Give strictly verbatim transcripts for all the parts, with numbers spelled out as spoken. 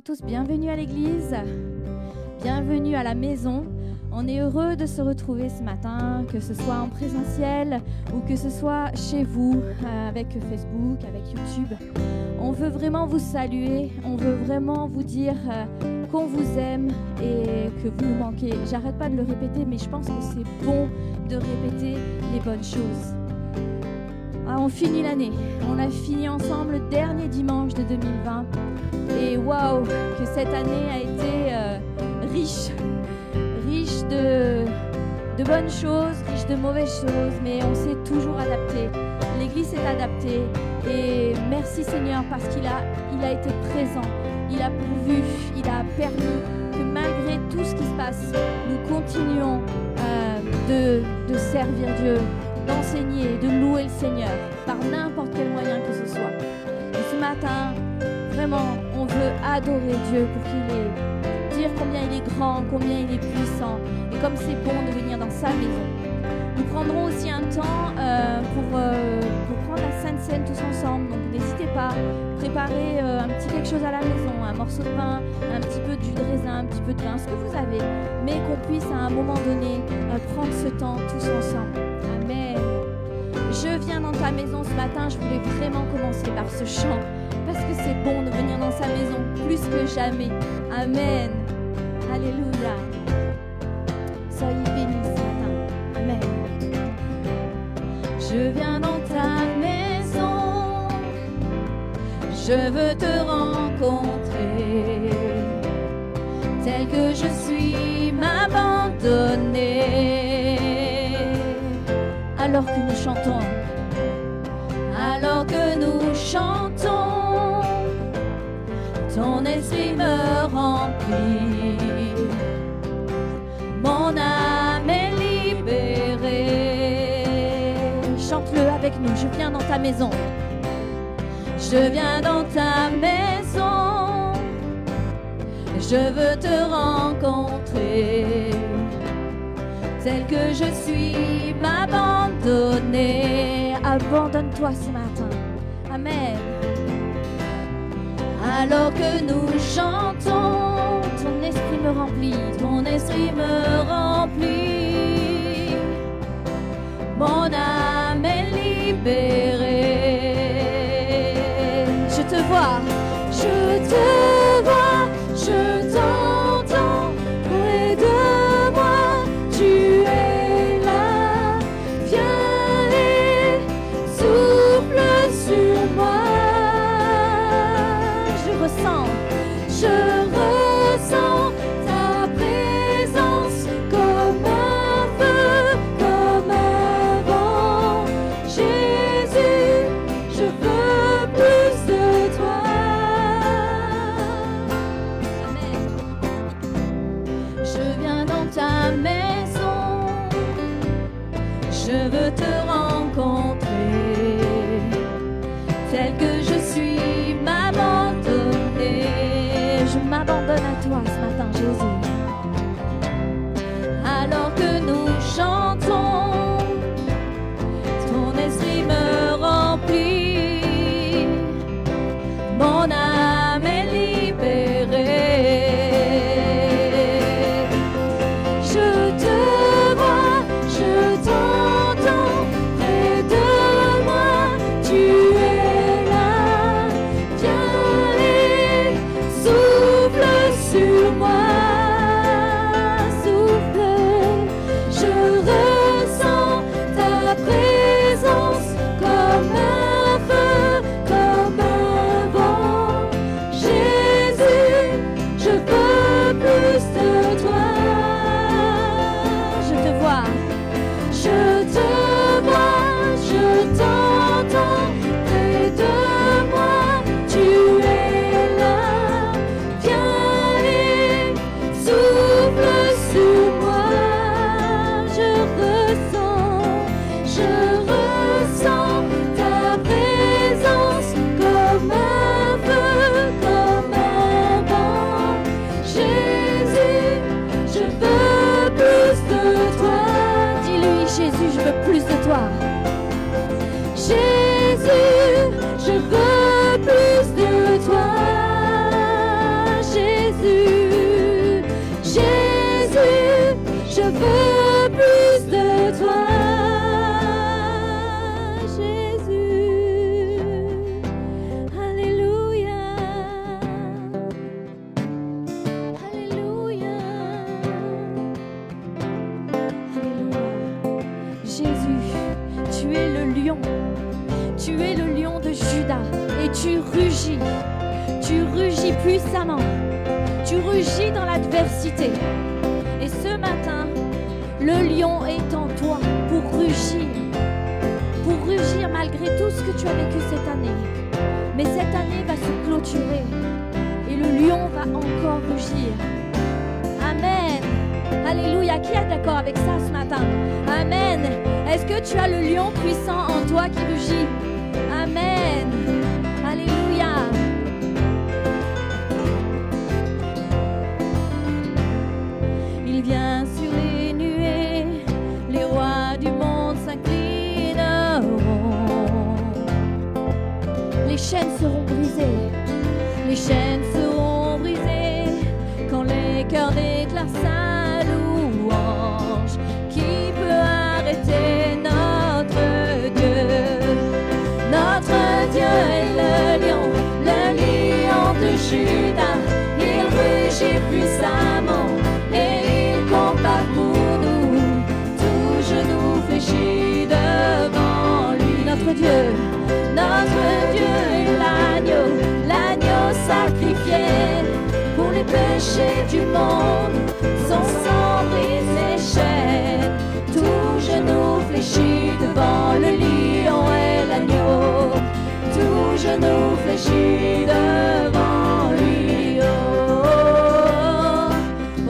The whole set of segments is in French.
tous, bienvenue à l'église, bienvenue à la maison. On est heureux de se retrouver ce matin, que ce soit en présentiel ou que ce soit chez vous, euh, avec Facebook, avec YouTube. On veut vraiment vous saluer, on veut vraiment vous dire euh, qu'on vous aime et que vous nous manquez. J'arrête pas de le répéter, mais je pense que c'est bon de répéter les bonnes choses. Ah, on finit l'année, on a fini ensemble le dernier dimanche de deux mille vingt. Et waouh, que cette année a été euh, riche, riche de, de bonnes choses, riche de mauvaises choses, mais on s'est toujours adapté. L'Église s'est adaptée et merci Seigneur parce qu'il a, il a été présent, il a pourvu, il a permis que malgré tout ce qui se passe, nous continuons euh, de, de servir Dieu, d'enseigner, de louer le Seigneur par n'importe quel moyen que ce soit. Et ce matin, vraiment, on veut adorer Dieu pour qu'il est, dire combien il est grand, combien il est puissant et comme c'est bon de venir dans sa maison. Nous prendrons aussi un temps euh, pour, euh, pour prendre la Sainte Seine tous ensemble, donc n'hésitez pas, préparez euh, un petit quelque chose à la maison, un morceau de pain, un petit peu de jus de raisin, un petit peu de vin, ce que vous avez, mais qu'on puisse à un moment donné euh, prendre ce temps tous ensemble. Amen. Je viens dans ta maison ce matin, je voulais vraiment commencer par ce chant, parce que c'est bon de venir dans sa maison plus que jamais. Amen. Alléluia. Soyez bénis ce matin. Amen. Je viens dans ta maison, je veux te rencontrer, tel que je suis, m'abandonner. Alors que nous chantons, alors que nous chantons, ton esprit me remplit, mon âme est libérée. Chante-le avec nous, je viens dans ta maison, je viens dans ta maison, je veux te rencontrer, tel que je suis, m'abandonner. Abandonne-toi ce matin. Amen. Alors que nous chantons, ton esprit me remplit, ton esprit me remplit, mon âme est libérée. Je te vois, je te vois, je t'entends près de moi, tu es là, viens et souffle sur moi. Je ressens, je ressens ta présence comme un feu, comme un vent. Jésus, je veux plus de toi. Amen. Je viens dans ta maison, je veux te rencontrer, tel que je suis, m'abandonner. Je m'abandonne à toi ce matin, Jésus. Alors que nous chantons, ton esprit me remplit, mon âme est libérée. Je te vois, je t'entends près de moi, tu es là, Juda et tu rugis. Tu rugis puissamment. Tu rugis dans l'adversité. Et ce matin, le lion est en toi pour rugir. Pour rugir malgré tout ce que tu as vécu cette année. Mais cette année va se clôturer. Et le lion va encore rugir. Amen. Alléluia. Qui est d'accord avec ça ce matin? Amen. Est-ce que tu as le lion puissant en toi qui rugit? Amen. Alléluia. Il vient sur les nuées, les rois du monde s'inclineront. Les chaînes seront brisées, les chaînes seront brisées quand les cœurs déclarent sa louange. Qui peut arrêter notre Dieu? Notre Dieu est le lion, le lion de Juda. Il rugit puissamment et il combat pour nous. Tout genou fléchit devant lui. Notre Dieu, notre Dieu est l'agneau, l'agneau sacrifié pour les péchés du monde. Son sang brise les chaînes. Tout genou fléchit devant le lion et l'agneau. Tout genou fléchit devant lui. Oh, oh, oh,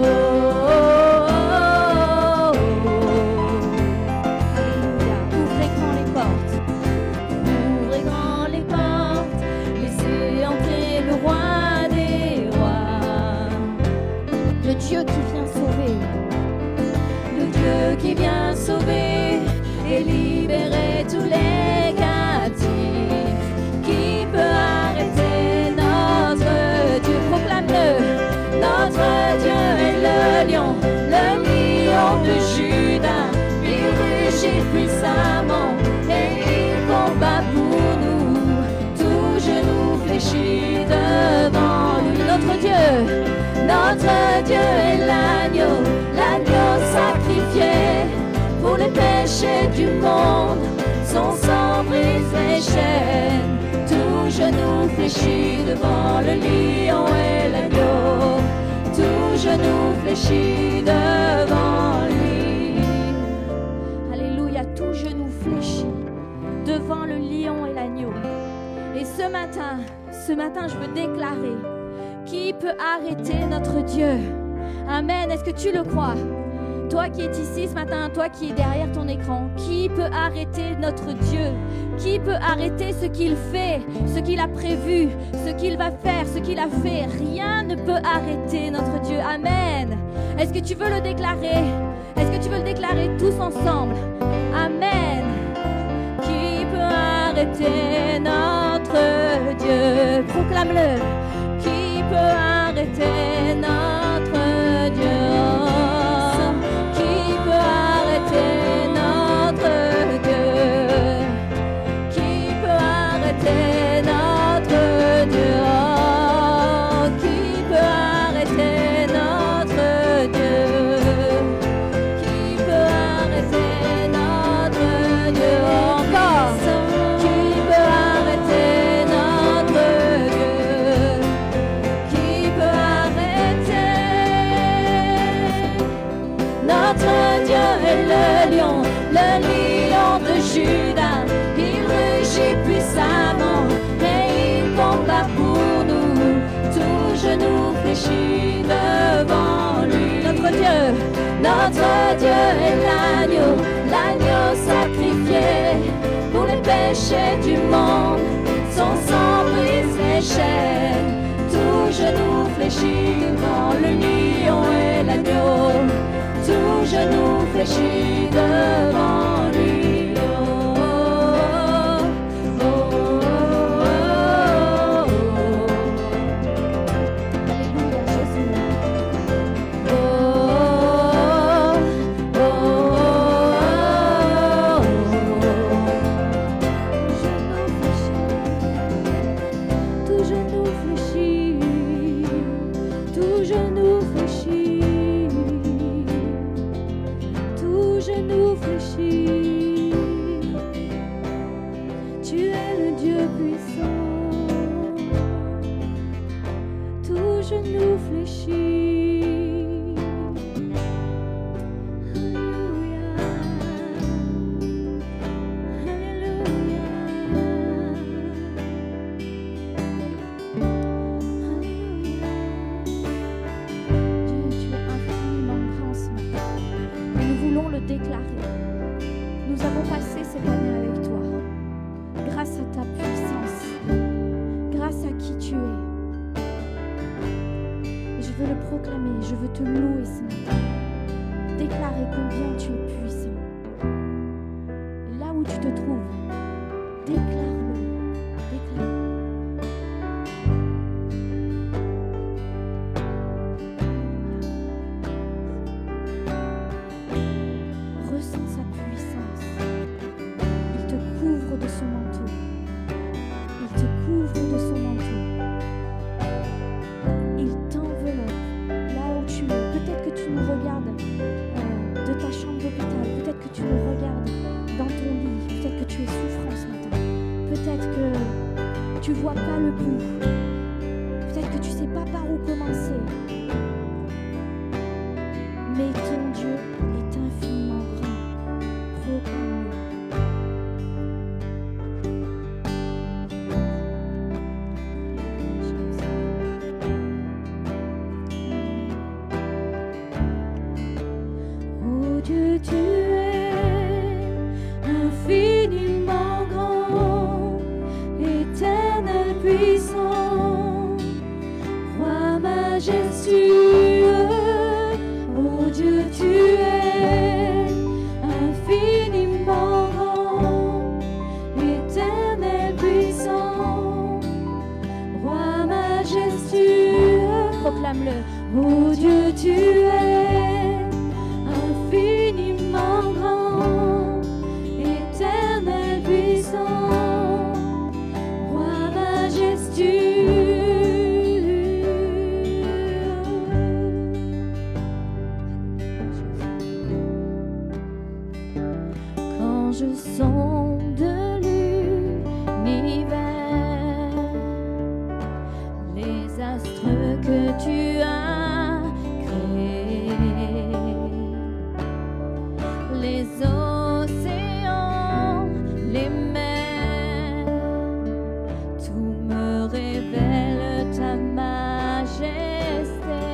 oh, oh. Alléluia. Ouvrez grand les portes. Ouvrez grand les portes. Laissez entrer le roi des rois. Le Dieu qui vient sauver. Le Dieu qui vient sauver et libérer tous les captifs. Qui peut arrêter notre Dieu? Proclame-le. Notre Dieu est le lion, le lion de Juda. Il rugit puissamment et il combat pour nous. Tout genou fléchit devant lui. Notre Dieu, notre Dieu est l'agneau, l'agneau sacrifié pour les péchés du monde. Son sang brise les chaînes. Tout genou fléchit devant le lion et l'agneau. Tout genou fléchit devant lui. Alléluia, tout genou fléchit devant le lion et l'agneau. Et ce matin, ce matin, je veux déclarer: qui peut arrêter notre Dieu? Amen. Est-ce que tu le crois? Toi qui es ici ce matin, toi qui es derrière ton écran, qui peut arrêter notre Dieu? Qui peut arrêter ce qu'il fait, ce qu'il a prévu, ce qu'il va faire, ce qu'il a fait? Rien ne peut arrêter notre Dieu. Amen. Est-ce que tu veux le déclarer? Est-ce que tu veux le déclarer tous ensemble? Amen. Qui peut arrêter notre Dieu? Proclame-le. Qui peut arrêter notre Dieu? Juda, il rugit puissamment et il combat pour nous. Tout genou fléchit devant lui. Notre Dieu, notre Dieu est l'agneau, l'agneau sacrifié pour les péchés du monde. Son sang brise les chaînes. Tout genou fléchit devant le lion et l'agneau. Tout genou fléchit devant lui. Tout genou fléchit. genou fléchis. Déclarer. Nous avons passé cette année avec toi, grâce à ta puissance, grâce à qui tu es. Et je veux le proclamer, je veux te louer ce matin, déclarer combien tu es puissant. Et là où tu te trouves, déclare-le, déclare. Tu vois pas le bout. Peut-être que tu sais pas par où commencer. Mais ton Dieu est infiniment grand. Proclame-le. Oh Dieu, tu es infiniment grand, éternel puissant, roi majestueux. Oh Dieu, tu es infiniment grand, éternel puissant, roi majestueux. Proclame-le. Oh Dieu, tu es infiniment grand, éternel puissant, roi majestueux. Quand je sonde l'univers, les astres que tu as créés, les océans, les mers, tout me révèle ta majesté.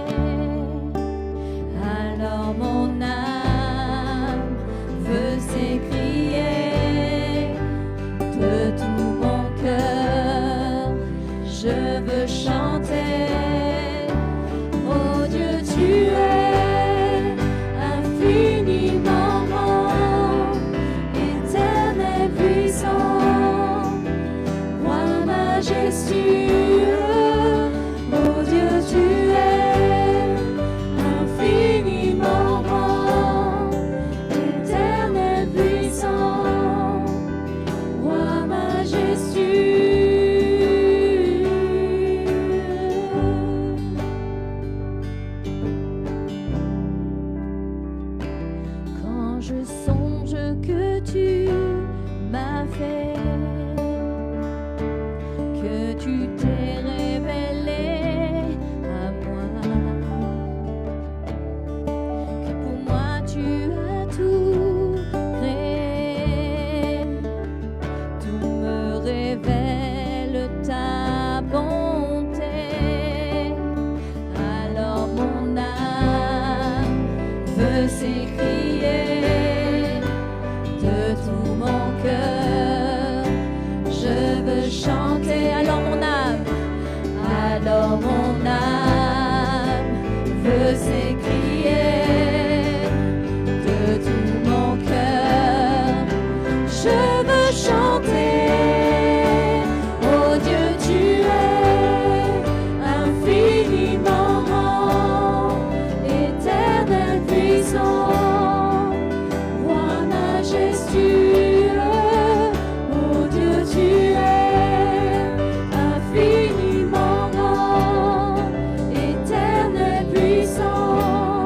Alors mon âme veut s'écrier de tout mon cœur, je veux chanter. Oh Dieu, tu es infiniment grand, éternel puissant, roi majestueux. Oh Dieu, tu es infiniment grand, éternel puissant, roi majestueux. Quand je songe que tu m'as fait, que tu t'es révélé à moi, que pour moi tu as tout créé, tout me révèle ta bonté. Alors mon âme veut s'écrier de tout mon cœur, je veux chanter. Alors mon âme, alors mon âme veut s'écrier de tout mon cœur, je veux chanter. Oh Dieu, tu es infiniment grand, éternel puissant, roi majestueux. Oh Dieu, tu es infiniment grand, éternel puissant,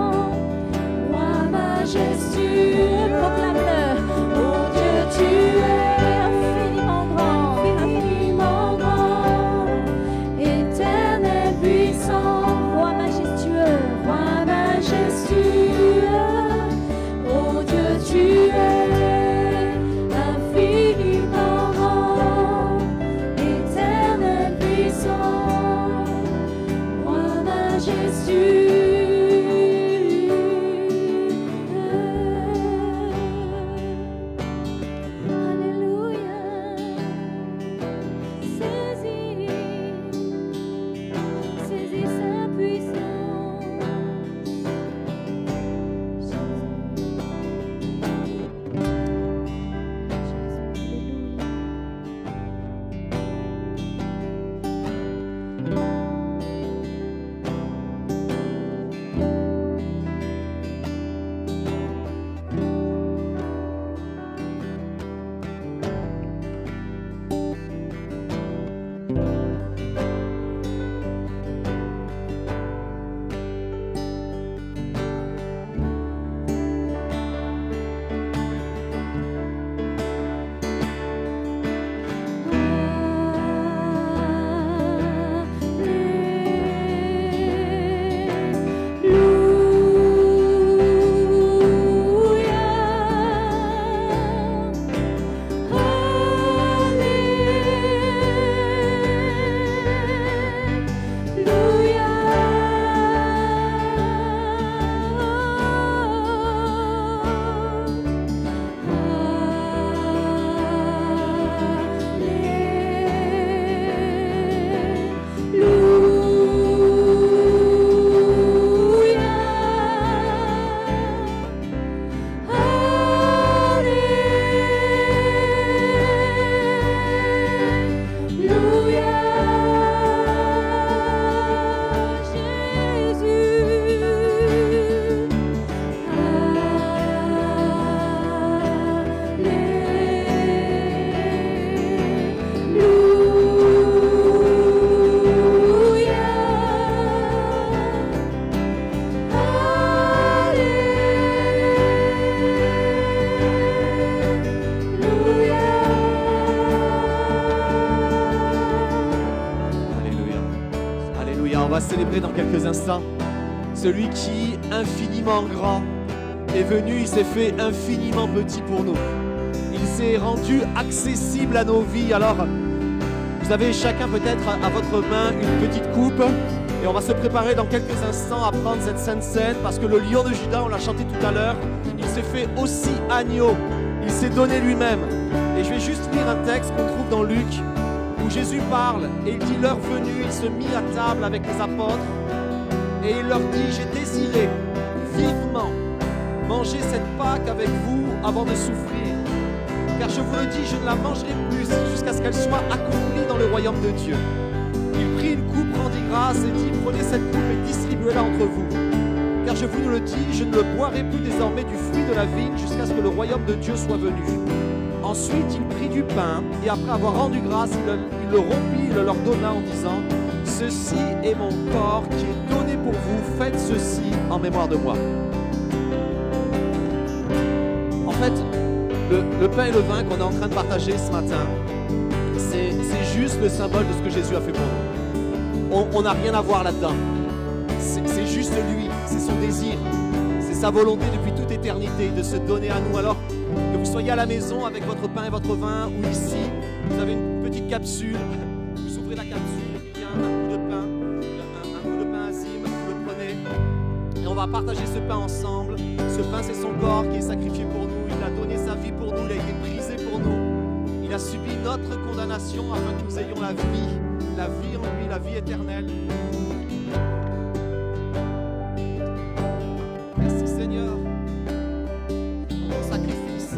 on va célébrer dans quelques instants celui qui, infiniment grand, est venu, il s'est fait infiniment petit pour nous. Il s'est rendu accessible à nos vies. Alors, vous avez chacun peut-être à votre main une petite coupe et on va se préparer dans quelques instants à prendre cette sainte scène parce que le lion de Juda, on l'a chanté tout à l'heure, il s'est fait aussi agneau, il s'est donné lui-même. Et je vais juste lire un texte qu'on trouve dans Luc où Jésus parle et il dit l'heure venue, il se mit à table avec les apôtres et il leur dit j'ai désiré vivement manger cette Pâque avec vous avant de souffrir. Car je vous le dis, je ne la mangerai plus jusqu'à ce qu'elle soit accomplie dans le royaume de Dieu. Il prit une coupe, rendit grâce et dit, prenez cette coupe et distribuez-la entre vous. Car je vous le dis, je ne le boirai plus désormais du fruit de la vigne jusqu'à ce que le royaume de Dieu soit venu. Ensuite, il prit du pain et après avoir rendu grâce, il le, il le rompit et le leur donna en disant, ceci est mon corps qui est donné pour vous, faites ceci en mémoire de moi. En fait, Le, le pain et le vin qu'on est en train de partager ce matin, c'est, c'est juste le symbole de ce que Jésus a fait pour nous. On n'a rien à voir là-dedans. C'est, c'est juste lui, c'est son désir, c'est sa volonté depuis toute éternité de se donner à nous. Alors que vous soyez à la maison avec votre pain et votre vin ou ici, vous avez une petite capsule, vous ouvrez la capsule, il y a un bout de pain, un, un bout de pain azime, vous le prenez et on va partager ce pain ensemble. Ce pain, c'est son corps qui est sacrifié pour nous. Il a donné sa vie pour nous, il a été brisé pour nous. Il a subi notre condamnation afin que nous ayons la vie, la vie en lui, la vie éternelle. Merci Seigneur pour ton sacrifice.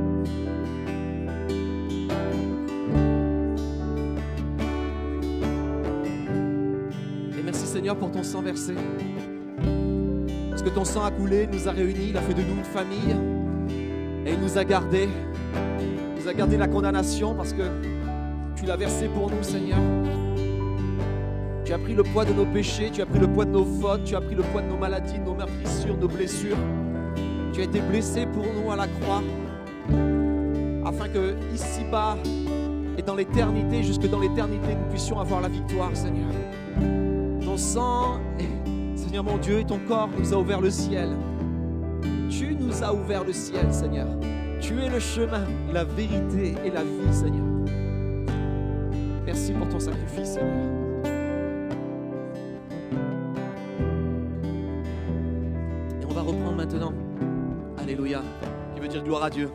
Et merci Seigneur pour ton sang versé. Parce que ton sang a coulé, il nous a réunis, il a fait de nous une famille. Et il nous a gardés, il nous a gardé la condamnation parce que tu l'as versé pour nous, Seigneur. Tu as pris le poids de nos péchés, tu as pris le poids de nos fautes, tu as pris le poids de nos maladies, de nos meurtrissures, de nos blessures. Tu as été blessé pour nous à la croix, afin que ici-bas et dans l'éternité, jusque dans l'éternité, nous puissions avoir la victoire, Seigneur. Ton sang, Seigneur mon Dieu, et ton corps nous a ouvert le ciel. Tu nous as ouvert le ciel, Seigneur. Tu es le chemin, la vérité et la vie, Seigneur. Merci pour ton sacrifice, Seigneur. Et on va reprendre maintenant. Alléluia. Qui veut dire gloire à Dieu.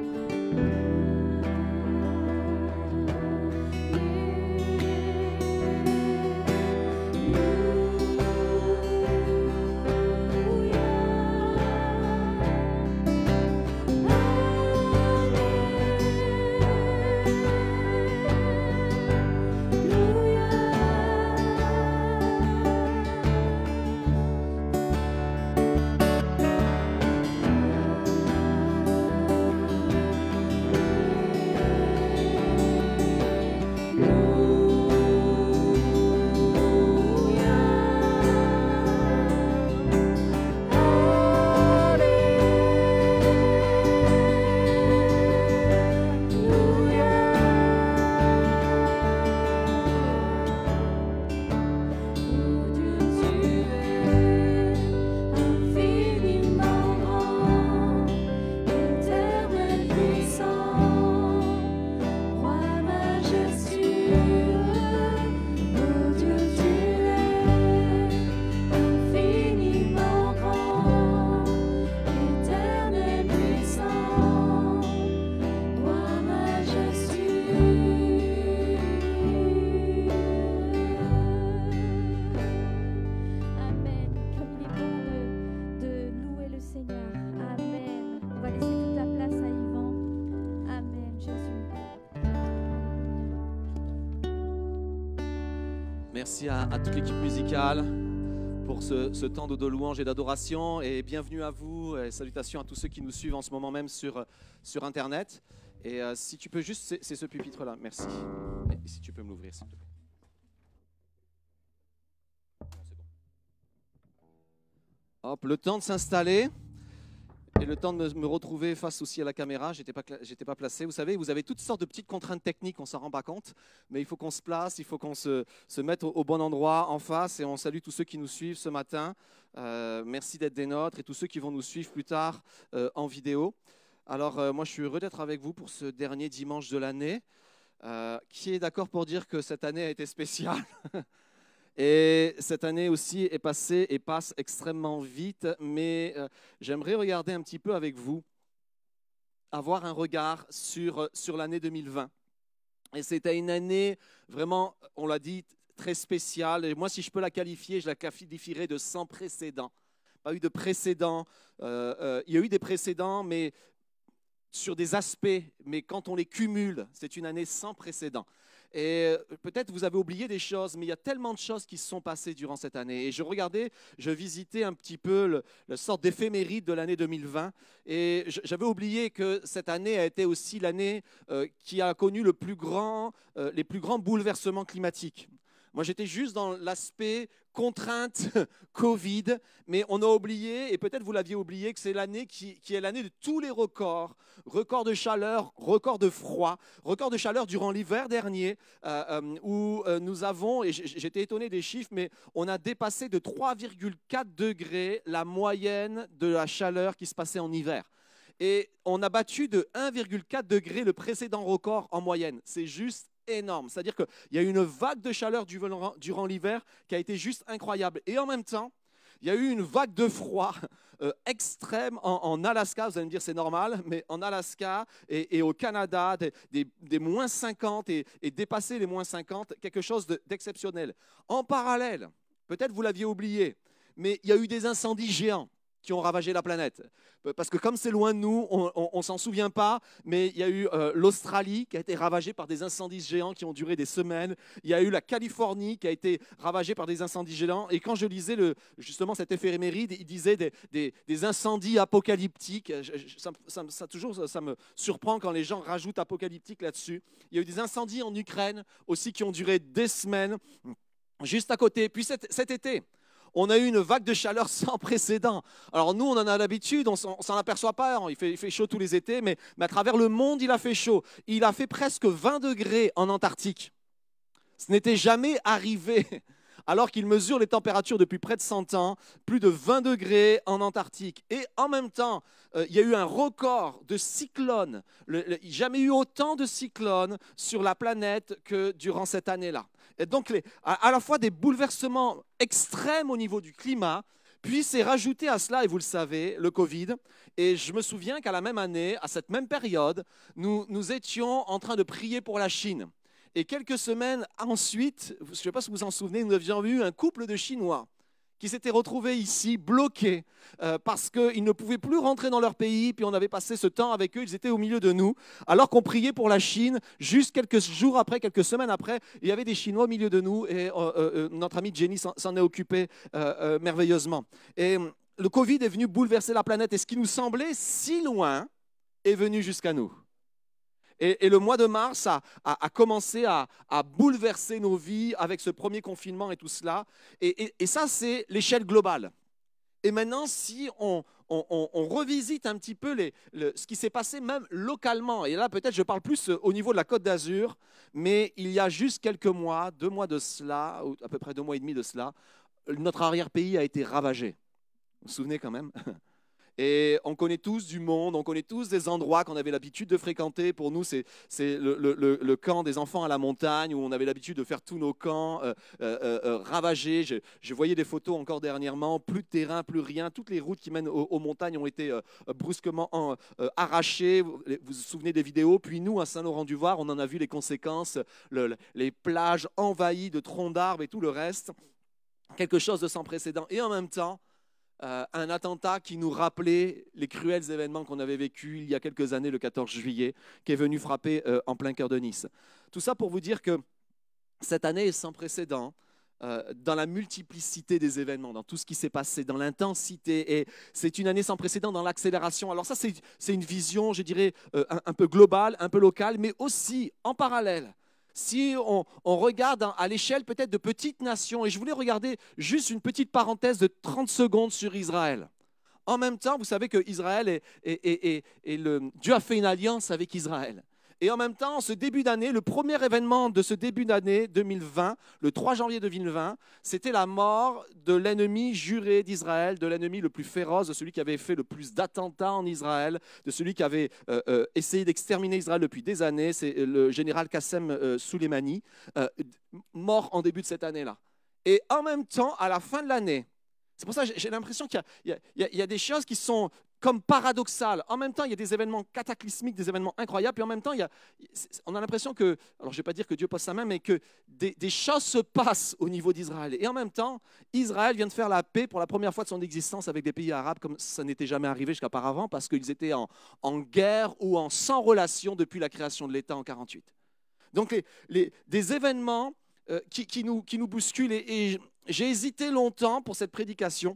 Merci à, à toute l'équipe musicale pour ce, ce temps de, de louange et d'adoration. Et bienvenue à vous. Et salutations à tous ceux qui nous suivent en ce moment même sur, sur Internet. Et euh, si tu peux juste, c'est, c'est ce pupitre-là. Merci. Et si tu peux me l'ouvrir, s'il te plaît. Bon, c'est bon. Hop, le temps de s'installer. Et le temps de me, me retrouver face aussi à la caméra, j'étais pas, j'étais pas placé. Vous savez, vous avez toutes sortes de petites contraintes techniques, on s'en rend pas compte, mais il faut qu'on se place, il faut qu'on se, se mette au, au bon endroit en face. Et on salue tous ceux qui nous suivent ce matin. Euh, merci d'être des nôtres et tous ceux qui vont nous suivre plus tard euh, en vidéo. Alors euh, moi, je suis heureux d'être avec vous pour ce dernier dimanche de l'année. Euh, qui est d'accord pour dire que cette année a été spéciale? Et cette année aussi est passée et passe extrêmement vite, mais euh, j'aimerais regarder un petit peu avec vous, avoir un regard sur, sur l'année deux mille vingt. Et c'était une année vraiment, on l'a dit, très spéciale. Et moi, si je peux la qualifier, je la qualifierais de sans précédent. Pas eu de précédent. Euh, euh, il y a eu des précédents, mais sur des aspects, mais quand on les cumule, c'est une année sans précédent. Et peut-être vous avez oublié des choses, mais il y a tellement de choses qui se sont passées durant cette année. Et je regardais, je visitais un petit peu le, le sorte d'éphéméride de l'année deux mille vingt. Et j'avais oublié que cette année a été aussi l'année euh, qui a connu le plus grand, euh, les plus grands bouleversements climatiques. Moi, j'étais juste dans l'aspect contrainte Covid, mais on a oublié, et peut-être vous l'aviez oublié, que c'est l'année qui, qui est l'année de tous les records. Record de chaleur, record de froid, record de chaleur durant l'hiver dernier, euh, euh, où euh, nous avons, et j'étais étonné des chiffres, mais on a dépassé de trois virgule quatre degrés la moyenne de la chaleur qui se passait en hiver. Et on a battu de un virgule quatre degrés le précédent record en moyenne. C'est juste énorme. C'est-à-dire qu'il y a eu une vague de chaleur durant, durant l'hiver qui a été juste incroyable. Et en même temps, il y a eu une vague de froid euh, extrême en, en Alaska. Vous allez me dire c'est normal, mais en Alaska et, et au Canada, des, des, des moins cinquante et, et dépasser les moins cinquante, quelque chose de, d'exceptionnel. En parallèle, peut-être vous l'aviez oublié, mais il y a eu des incendies géants qui ont ravagé la planète. Parce que comme c'est loin de nous, on ne s'en souvient pas, mais il y a eu euh, l'Australie qui a été ravagée par des incendies géants qui ont duré des semaines. Il y a eu la Californie qui a été ravagée par des incendies géants. Et quand je lisais le, justement cet éphéméride, il disait des, des, des incendies apocalyptiques. Je, je, ça, ça, ça, toujours, ça, ça me surprend quand les gens rajoutent apocalyptique là-dessus. Il y a eu des incendies en Ukraine aussi qui ont duré des semaines, juste à côté. Puis cet, cet été, on a eu une vague de chaleur sans précédent. Alors nous, on en a l'habitude, on ne s'en aperçoit pas, il fait, il fait chaud tous les étés, mais, mais à travers le monde, il a fait chaud. Il a fait presque vingt degrés en Antarctique. Ce n'était jamais arrivé, alors qu'il mesure les températures depuis près de cent ans, plus de vingt degrés en Antarctique. Et en même temps, euh, il y a eu un record de cyclones. Le, le, jamais eu autant de cyclones sur la planète que durant cette année-là. Et donc, les, à, à la fois des bouleversements extrêmes au niveau du climat, puis c'est rajouté à cela, et vous le savez, le Covid. Et je me souviens qu'à la même année, à cette même période, nous, nous étions en train de prier pour la Chine. Et quelques semaines ensuite, je ne sais pas si vous vous en souvenez, nous avions eu un couple de Chinois qui s'étaient retrouvés ici, bloqués, euh, parce qu'ils ne pouvaient plus rentrer dans leur pays, puis on avait passé ce temps avec eux, ils étaient au milieu de nous, alors qu'on priait pour la Chine. Juste quelques jours après, quelques semaines après, il y avait des Chinois au milieu de nous, et euh, euh, notre amie Jenny s'en, s'en est occupée euh, euh, merveilleusement. Et euh, le Covid est venu bouleverser la planète, et ce qui nous semblait si loin est venu jusqu'à nous. Et, et le mois de mars a, a, a commencé à, à bouleverser nos vies avec ce premier confinement et tout cela. Et, et, et ça, c'est l'échelle globale. Et maintenant, si on, on, on, on revisite un petit peu les, le, ce qui s'est passé même localement, et là peut-être je parle plus au niveau de la Côte d'Azur, mais il y a juste quelques mois, deux mois de cela, ou à peu près deux mois et demi de cela, notre arrière-pays a été ravagé. Vous vous souvenez quand même ? Et on connaît tous du monde, on connaît tous des endroits qu'on avait l'habitude de fréquenter. Pour nous, c'est, c'est le, le, le camp des enfants à la montagne, où on avait l'habitude de faire tous nos camps euh, euh, euh, ravagés. Je, je voyais des photos encore dernièrement, plus de terrain, plus rien. Toutes les routes qui mènent aux, aux montagnes ont été euh, brusquement en, euh, arrachées. Vous, vous vous souvenez des vidéos? Puis nous, à Saint-Laurent-du-Var, on en a vu les conséquences, le, les plages envahies de troncs d'arbres et tout le reste. Quelque chose de sans précédent. Et en même temps, Euh, un attentat qui nous rappelait les cruels événements qu'on avait vécus il y a quelques années, le quatorze juillet, qui est venu frapper euh, en plein cœur de Nice. Tout ça pour vous dire que cette année est sans précédent euh, dans la multiplicité des événements, dans tout ce qui s'est passé, dans l'intensité. Et c'est une année sans précédent dans l'accélération. Alors ça, c'est, c'est une vision, je dirais, euh, un, un peu globale, un peu locale, mais aussi en parallèle. Si on, on regarde à l'échelle peut-être de petites nations, et je voulais regarder juste une petite parenthèse de trente secondes sur Israël. En même temps, vous savez que Israël est, est, est, est, est le, Dieu a fait une alliance avec Israël. Et en même temps, ce début d'année, le premier événement de ce début d'année deux mille vingt, le trois janvier deux mille vingt, c'était la mort de l'ennemi juré d'Israël, de l'ennemi le plus féroce, de celui qui avait fait le plus d'attentats en Israël, de celui qui avait euh, euh, essayé d'exterminer Israël depuis des années, c'est le général Qassem euh, Soleimani, euh, mort en début de cette année-là. Et en même temps, à la fin de l'année, c'est pour ça que j'ai l'impression qu'il y, y, y a des choses qui sont comme paradoxales. En même temps, il y a des événements cataclysmiques, des événements incroyables, puis en même temps, il y a, on a l'impression que, alors je ne vais pas dire que Dieu pose sa main, mais que des, des choses se passent au niveau d'Israël. Et en même temps, Israël vient de faire la paix pour la première fois de son existence avec des pays arabes, comme ça n'était jamais arrivé jusqu'à auparavant, parce qu'ils étaient en, en guerre ou en sans relation depuis la création de l'État en quarante-huit. Donc, les, les, des événements euh, qui, qui, nous, qui nous bousculent, et, et j'ai hésité longtemps pour cette prédication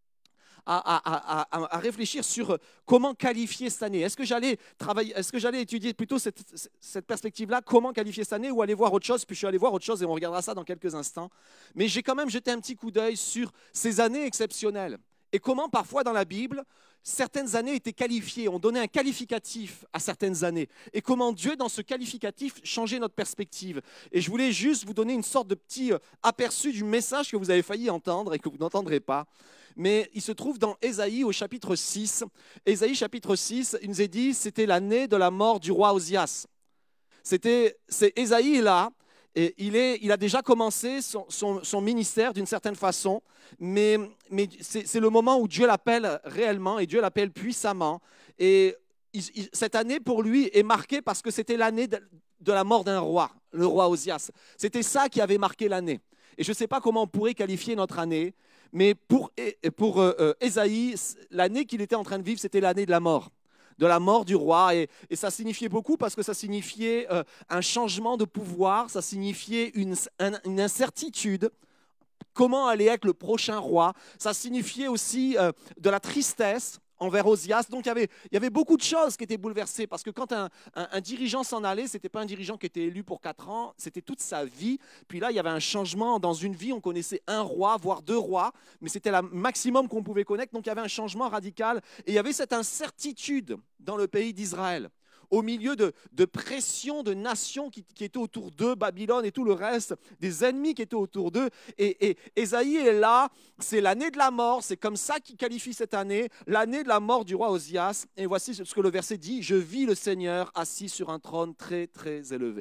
À, à, à, à réfléchir sur comment qualifier cette année. Est-ce que j'allais travailler, est-ce que j'allais étudier plutôt cette, cette perspective-là, comment qualifier cette année, ou aller voir autre chose? Puis je suis allé voir autre chose et on regardera ça dans quelques instants. Mais j'ai quand même jeté un petit coup d'œil sur ces années exceptionnelles et comment parfois dans la Bible, certaines années étaient qualifiées, on donnait un qualificatif à certaines années, et comment Dieu, dans ce qualificatif, changeait notre perspective. Et je voulais juste vous donner une sorte de petit aperçu du message que vous avez failli entendre et que vous n'entendrez pas. Mais il se trouve dans Ésaïe au chapitre six. Ésaïe chapitre six, il nous est dit, c'était l'année de la mort du roi Osias. C'était, c'est Ésaïe est là, et il, est, il a déjà commencé son, son, son ministère d'une certaine façon, mais, mais c'est, c'est le moment où Dieu l'appelle réellement, et Dieu l'appelle puissamment. Et il, il, cette année, pour lui, est marquée parce que c'était l'année de, de la mort d'un roi, le roi Osias. C'était ça qui avait marqué l'année. Et je ne sais pas comment on pourrait qualifier notre année, mais pour, pour euh, Ésaïe, l'année qu'il était en train de vivre, c'était l'année de la mort, de la mort du roi. Et, et ça signifiait beaucoup parce que ça signifiait euh, un changement de pouvoir, ça signifiait une, un, une incertitude. Comment allait être le prochain roi? Ça signifiait aussi euh, de la tristesse envers Osias. Donc il y, avait, il y avait beaucoup de choses qui étaient bouleversées parce que quand un, un, un dirigeant s'en allait, ce n'était pas un dirigeant qui était élu pour quatre ans, c'était toute sa vie. Puis là, il y avait un changement dans une vie. On connaissait un roi, voire deux rois, mais c'était le maximum qu'on pouvait connaître. Donc il y avait un changement radical et il y avait cette incertitude dans le pays d'Israël, au milieu de, de pression de nations qui, qui étaient autour d'eux, Babylone et tout le reste, des ennemis qui étaient autour d'eux. Et, et Ésaïe est là, c'est l'année de la mort, c'est comme ça qu'il qualifie cette année, l'année de la mort du roi Osias. Et voici ce que le verset dit, « Je vis le Seigneur assis sur un trône très, très élevé ».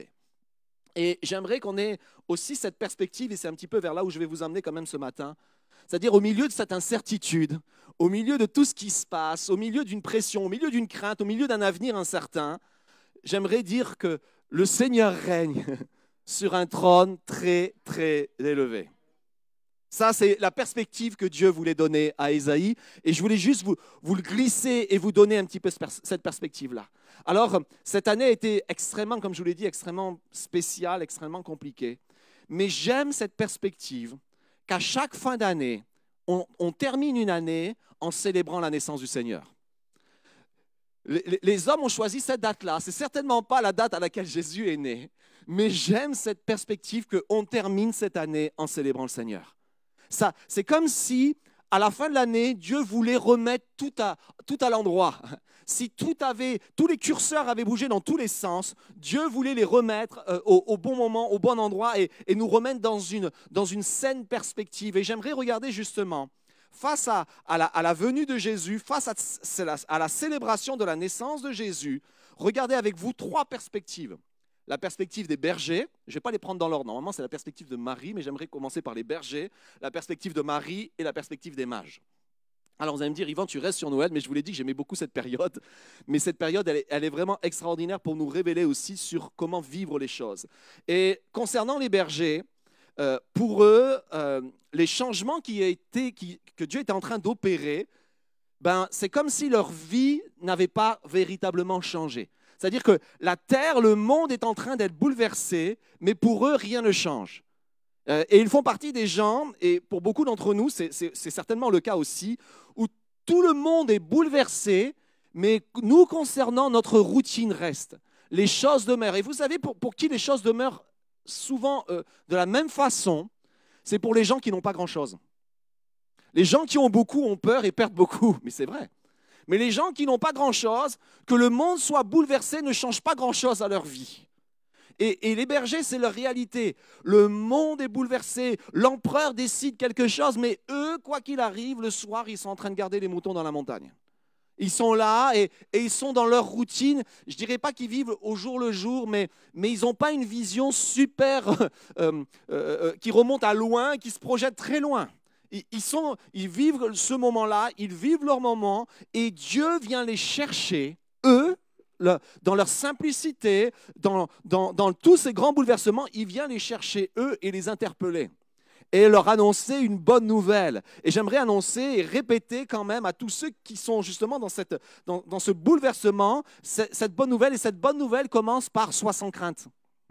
Et j'aimerais qu'on ait aussi cette perspective, et c'est un petit peu vers là où je vais vous emmener quand même ce matin, c'est-à-dire au milieu de cette incertitude, au milieu de tout ce qui se passe, au milieu d'une pression, au milieu d'une crainte, au milieu d'un avenir incertain, j'aimerais dire que le Seigneur règne sur un trône très, très élevé. Ça, c'est la perspective que Dieu voulait donner à Ésaïe. Et je voulais juste vous, vous le glisser et vous donner un petit peu cette perspective-là. Alors, cette année a été extrêmement, comme je vous l'ai dit, extrêmement spéciale, extrêmement compliquée. Mais j'aime cette perspective qu'à chaque fin d'année, on, on termine une année en célébrant la naissance du Seigneur. Les, les hommes ont choisi cette date-là. Ce n'est certainement pas la date à laquelle Jésus est né. Mais j'aime cette perspective qu'on termine cette année en célébrant le Seigneur. Ça, c'est comme si, à la fin de l'année, Dieu voulait remettre tout à, tout à l'endroit. Si tout avait, tous les curseurs avaient bougé dans tous les sens, Dieu voulait les remettre euh, au, au bon moment, au bon endroit et, et nous remettre dans une, dans une saine perspective. Et j'aimerais regarder justement, face à, à, la, à la venue de Jésus, face à, à la célébration de la naissance de Jésus, regardez avec vous trois perspectives. La perspective des bergers, je ne vais pas les prendre dans l'ordre, normalement c'est la perspective de Marie, mais j'aimerais commencer par les bergers, la perspective de Marie et la perspective des mages. Alors vous allez me dire, Yvan, tu restes sur Noël, mais je vous l'ai dit que j'aimais beaucoup cette période, mais cette période, elle est, elle est vraiment extraordinaire pour nous révéler aussi sur comment vivre les choses. Et concernant les bergers, euh, pour eux, euh, les changements qui a été, qui, que Dieu était en train d'opérer, ben, c'est comme si leur vie n'avait pas véritablement changé. C'est-à-dire que la terre, le monde est en train d'être bouleversé, mais pour eux, rien ne change. Euh, et ils font partie des gens, et pour beaucoup d'entre nous, c'est, c'est, c'est certainement le cas aussi, où tout le monde est bouleversé, mais nous concernant, notre routine reste. Les choses demeurent. Et vous savez, pour, pour qui les choses demeurent souvent euh, de la même façon, c'est pour les gens qui n'ont pas grand-chose. Les gens qui ont beaucoup ont peur et perdent beaucoup, mais c'est vrai. Mais les gens qui n'ont pas grand-chose, que le monde soit bouleversé, ne change pas grand-chose à leur vie. Et, et les bergers, c'est leur réalité. Le monde est bouleversé, l'empereur décide quelque chose, mais eux, quoi qu'il arrive, le soir, ils sont en train de garder les moutons dans la montagne. Ils sont là et, et ils sont dans leur routine. Je ne dirais pas qu'ils vivent au jour le jour, mais, mais ils n'ont pas une vision super euh, euh, euh, qui remonte à loin, qui se projette très loin. Ils, sont, ils vivent ce moment-là, ils vivent leur moment et Dieu vient les chercher, eux, le, dans leur simplicité, dans, dans, dans tous ces grands bouleversements, il vient les chercher, eux, et les interpeller. Et leur annoncer une bonne nouvelle. Et j'aimerais annoncer et répéter quand même à tous ceux qui sont justement dans, cette, dans, dans ce bouleversement, cette, cette bonne nouvelle. Et cette bonne nouvelle commence par « sois sans crainte ».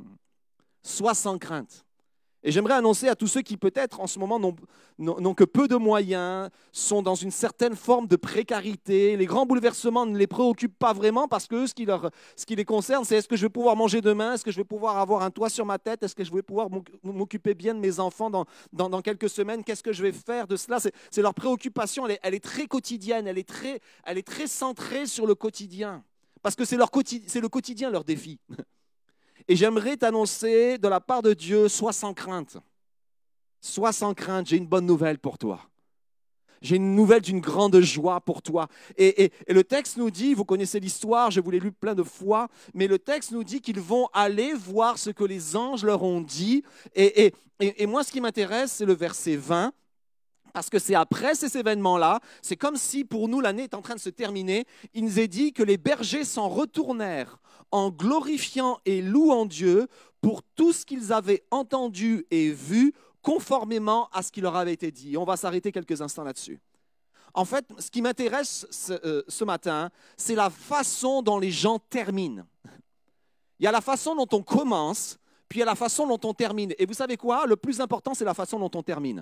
Sois sans crainte. Et j'aimerais annoncer à tous ceux qui peut-être en ce moment n'ont, n'ont que peu de moyens, sont dans une certaine forme de précarité. Les grands bouleversements ne les préoccupent pas vraiment parce que ce qui, leur, ce qui les concerne, c'est est-ce que je vais pouvoir manger demain, est-ce que je vais pouvoir avoir un toit sur ma tête, est-ce que je vais pouvoir m'occuper bien de mes enfants dans, dans, dans quelques semaines, qu'est-ce que je vais faire de cela. C'est, c'est leur préoccupation, elle est, elle est très quotidienne, elle est très, elle est très centrée sur le quotidien. Parce que c'est, leur quotidien, c'est le quotidien leur défi. Et j'aimerais t'annoncer de la part de Dieu, sois sans crainte. Sois sans crainte, j'ai une bonne nouvelle pour toi. J'ai une nouvelle d'une grande joie pour toi. Et, et, et le texte nous dit, vous connaissez l'histoire, je vous l'ai lu plein de fois, mais le texte nous dit qu'ils vont aller voir ce que les anges leur ont dit. Et, et, et, et moi, ce qui m'intéresse, c'est le verset vingt. Parce que c'est après ces événements-là, c'est comme si pour nous l'année est en train de se terminer, il nous est dit que les bergers s'en retournèrent en glorifiant et louant Dieu pour tout ce qu'ils avaient entendu et vu conformément à ce qui leur avait été dit. Et on va s'arrêter quelques instants là-dessus. En fait, ce qui m'intéresse ce, euh, ce matin, c'est la façon dont les gens terminent. Il y a la façon dont on commence, puis il y a la façon dont on termine. Et vous savez quoi? Le plus important, c'est la façon dont on termine.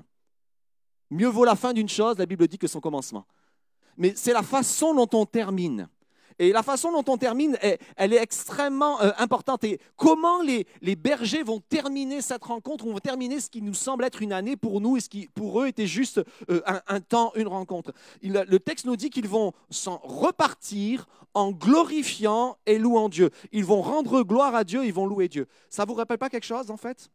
Mieux vaut la fin d'une chose, la Bible dit, que son commencement. Mais c'est la façon dont on termine. Et la façon dont on termine, elle, elle est extrêmement euh, importante. Et comment les, les bergers vont terminer cette rencontre, vont terminer ce qui nous semble être une année pour nous et ce qui pour eux était juste euh, un, un temps, une rencontre. Il, le texte nous dit qu'ils vont s'en repartir en glorifiant et louant Dieu. Ils vont rendre gloire à Dieu, ils vont louer Dieu. Ça ne vous rappelle pas quelque chose en fait?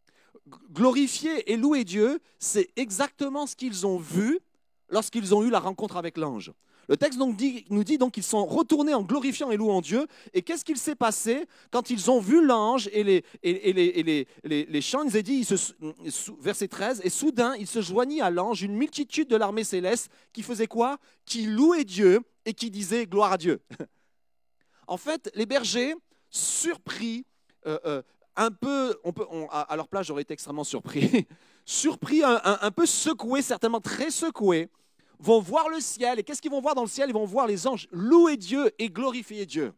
Glorifier et louer Dieu, c'est exactement ce qu'ils ont vu lorsqu'ils ont eu la rencontre avec l'ange. Le texte donc dit, nous dit donc qu'ils sont retournés en glorifiant et louant Dieu. Et qu'est-ce qu'il s'est passé quand ils ont vu l'ange et les, et, et les, et les, les, les chants? Il nous est dit, il se, verset treize, et soudain, il se joignit à l'ange une multitude de l'armée céleste qui faisait quoi? Qui louait Dieu et qui disait gloire à Dieu. En fait, les bergers, surpris, euh, euh, un peu, on peut, on, à leur place, j'aurais été extrêmement surpris, surpris, un, un, un peu secoué, certainement très secoué, vont voir le ciel. Et qu'est-ce qu'ils vont voir dans le ciel? Ils vont voir les anges louer Dieu et glorifier Dieu.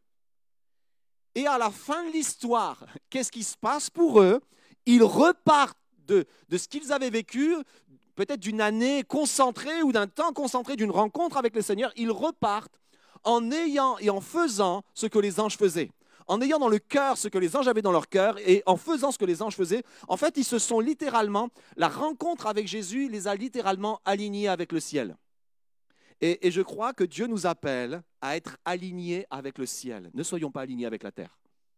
Et à la fin de l'histoire, qu'est-ce qui se passe pour eux? Ils repartent de, de ce qu'ils avaient vécu, peut-être d'une année concentrée ou d'un temps concentré, d'une rencontre avec le Seigneur. Ils repartent en ayant et en faisant ce que les anges faisaient. En ayant dans le cœur ce que les anges avaient dans leur cœur et en faisant ce que les anges faisaient, en fait, ils se sont littéralement, la rencontre avec Jésus les a littéralement alignés avec le ciel. Et, et je crois que Dieu nous appelle à être alignés avec le ciel. Ne soyons pas alignés avec la terre.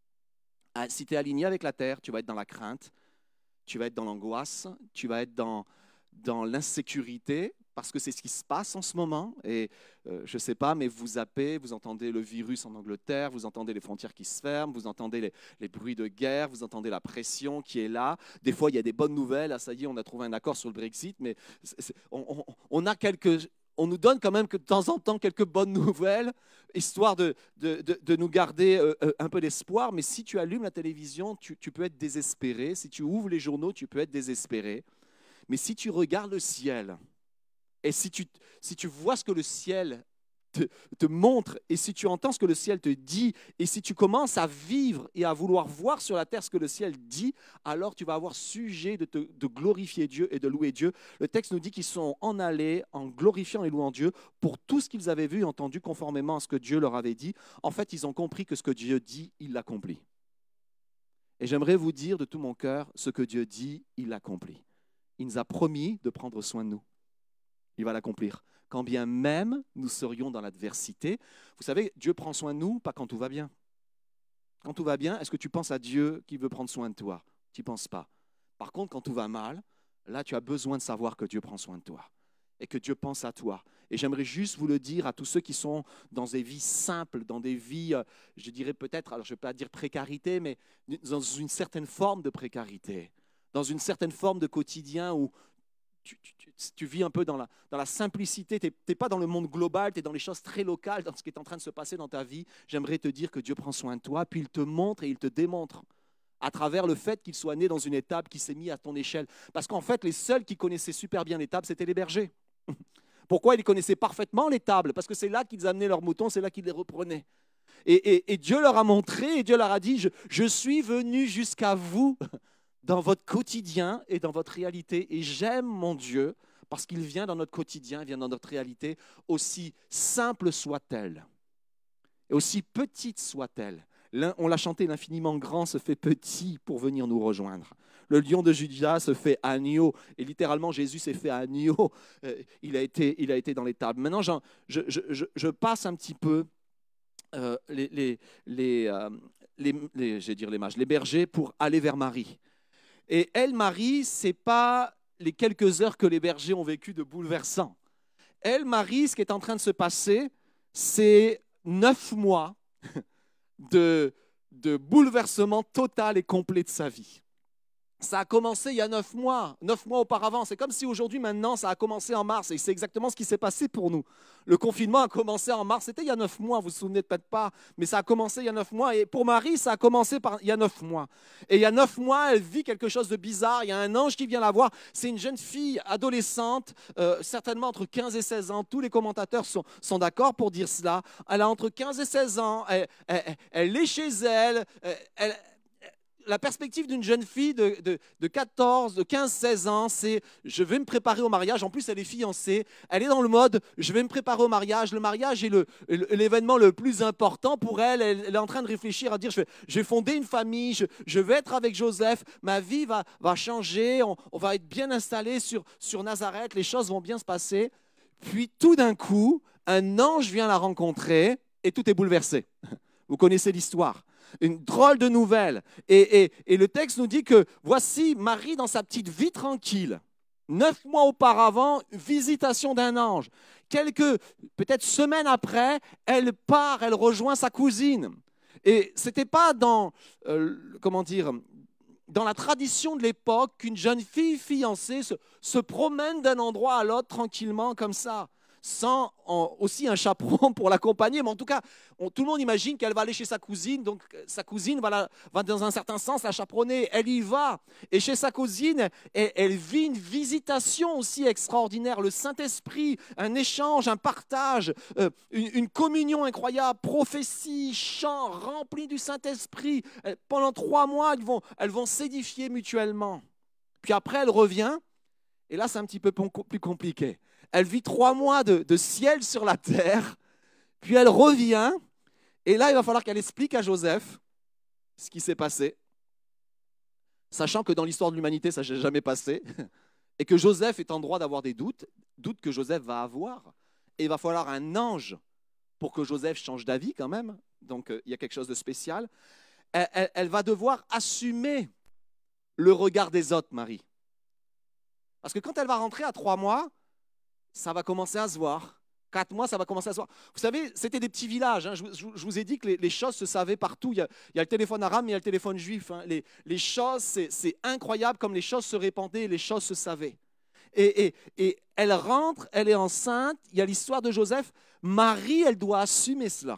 Si tu es aligné avec la terre, tu vas être dans la crainte, tu vas être dans l'angoisse, tu vas être dans, dans l'insécurité, parce que c'est ce qui se passe en ce moment. Et euh, je ne sais pas, mais vous zappez, vous entendez le virus en Angleterre, vous entendez les frontières qui se ferment, vous entendez les, les bruits de guerre, vous entendez la pression qui est là. Des fois, il y a des bonnes nouvelles. Ah, ça y est, on a trouvé un accord sur le Brexit, mais c'est, c'est, on, on, on, a quelques, on nous donne quand même que de temps en temps quelques bonnes nouvelles, histoire de, de, de, de nous garder euh, un peu d'espoir. Mais si tu allumes la télévision, tu, tu peux être désespéré. Si tu ouvres les journaux, tu peux être désespéré. Mais si tu regardes le ciel, et si tu, si tu vois ce que le ciel te, te montre, et si tu entends ce que le ciel te dit, et si tu commences à vivre et à vouloir voir sur la terre ce que le ciel dit, alors tu vas avoir sujet de, te, de glorifier Dieu et de louer Dieu. Le texte nous dit qu'ils sont en allés en glorifiant et louant Dieu pour tout ce qu'ils avaient vu et entendu conformément à ce que Dieu leur avait dit. En fait, ils ont compris que ce que Dieu dit, il l'accomplit. Et j'aimerais vous dire de tout mon cœur, ce que Dieu dit, il l'accomplit. Il nous a promis de prendre soin de nous. il va l'accomplir. Quand bien même nous serions dans l'adversité, vous savez, Dieu prend soin de nous, pas quand tout va bien. Quand tout va bien, est-ce que tu penses à Dieu qui veut prendre soin de toi? Tu n'y penses pas. Par contre, quand tout va mal, là, tu as besoin de savoir que Dieu prend soin de toi et que Dieu pense à toi. Et j'aimerais juste vous le dire à tous ceux qui sont dans des vies simples, dans des vies, je dirais peut-être, alors je ne vais pas dire précarité, mais dans une certaine forme de précarité, dans une certaine forme de quotidien où tu, tu, tu, tu vis un peu dans la, dans la simplicité, tu n'es pas dans le monde global, tu es dans les choses très locales, dans ce qui est en train de se passer dans ta vie. J'aimerais te dire que Dieu prend soin de toi, puis il te montre et il te démontre à travers le fait qu'il soit né dans une étable qui s'est mise à ton échelle. Parce qu'en fait, les seuls qui connaissaient super bien l'étable, c'était les bergers. Pourquoi ils connaissaient parfaitement l'étable? Parce que c'est là qu'ils amenaient leurs moutons, c'est là qu'ils les reprenaient. Et, et, et Dieu leur a montré, et Dieu leur a dit, je, je suis venu jusqu'à vous dans votre quotidien et dans votre réalité. Et j'aime mon Dieu parce qu'il vient dans notre quotidien, il vient dans notre réalité, aussi simple soit-elle, et aussi petite soit-elle. On l'a chanté, l'infiniment grand se fait petit pour venir nous rejoindre. Le lion de Juda se fait agneau, et littéralement Jésus s'est fait agneau. Il a été, il a été dans l'étable. Maintenant, je, je, je, je passe un petit peu euh, les, les, les, euh, les, les, je vais dire les mages, les bergers pour aller vers Marie. Et elle, Marie, ce n'est pas les quelques heures que les bergers ont vécues de bouleversant. Elle, Marie, ce qui est en train de se passer, c'est neuf mois de, de bouleversement total et complet de sa vie. Ça a commencé il y a neuf mois, neuf mois auparavant. C'est comme si aujourd'hui, maintenant, ça a commencé en mars. Et c'est exactement ce qui s'est passé pour nous. Le confinement a commencé en mars. C'était il y a neuf mois, vous vous souvenez peut-être pas. Mais ça a commencé il y a neuf mois. Et pour Marie, ça a commencé par, il y a neuf mois. Et il y a neuf mois, elle vit quelque chose de bizarre. Il y a un ange qui vient la voir. C'est une jeune fille adolescente, euh, certainement entre quinze et seize ans. Tous les commentateurs sont, sont d'accord pour dire cela. Elle a entre quinze et seize ans. Elle, elle, elle est chez elle. Elle... La perspective d'une jeune fille de, de, de quatorze, de quinze, seize ans, c'est je vais me préparer au mariage. En plus, elle est fiancée. Elle est dans le mode je vais me préparer au mariage. Le mariage est le, l'événement le plus important pour elle. Elle, elle est en train de réfléchir à dire je vais, je vais fonder une famille, je, je vais être avec Joseph. Ma vie va, va changer. On, on va être bien installé sur, sur Nazareth. Les choses vont bien se passer. Puis tout d'un coup, un ange vient la rencontrer et tout est bouleversé. Vous connaissez l'histoire. Une drôle de nouvelle. Et, et, et le texte nous dit que voici Marie dans sa petite vie tranquille. Neuf mois auparavant, visitation d'un ange. Quelques, peut-être semaines après, elle part, elle rejoint sa cousine. Et ce n'était pas dans, euh, comment dire, dans la tradition de l'époque qu'une jeune fille fiancée se, se promène d'un endroit à l'autre tranquillement comme ça, sans en, aussi un chaperon pour l'accompagner. Mais en tout cas, on, tout le monde imagine qu'elle va aller chez sa cousine, donc sa cousine va, la, va dans un certain sens la chaperonner. Elle y va. Et chez sa cousine, elle, elle vit une visitation aussi extraordinaire. Le Saint-Esprit, un échange, un partage, euh, une, une communion incroyable, prophétie, chant, rempli du Saint-Esprit. Elle, pendant trois mois, elles vont, elles vont s'édifier mutuellement. Puis après, elle revient. Et là, c'est un petit peu plus compliqué. Elle vit trois mois de, de ciel sur la terre, puis elle revient, et là, il va falloir qu'elle explique à Joseph ce qui s'est passé, sachant que dans l'histoire de l'humanité, ça ne s'est jamais passé, et que Joseph est en droit d'avoir des doutes, doutes que Joseph va avoir, et il va falloir un ange pour que Joseph change d'avis quand même, donc euh, il y a quelque chose de spécial. Elle, elle, elle va devoir assumer le regard des autres, Marie. Parce que quand elle va rentrer à trois mois, ça va commencer à se voir. Quatre mois, ça va commencer à se voir. Vous savez, c'était des petits villages. Hein. Je, je, je vous ai dit que les, les choses se savaient partout. Il y a, il y a le téléphone arabe, mais il y a le téléphone juif. Hein. Les, les choses, c'est, c'est incroyable comme les choses se répandaient et les choses se savaient. Et, et, et elle rentre, elle est enceinte. Il y a l'histoire de Joseph. Marie, elle doit assumer cela.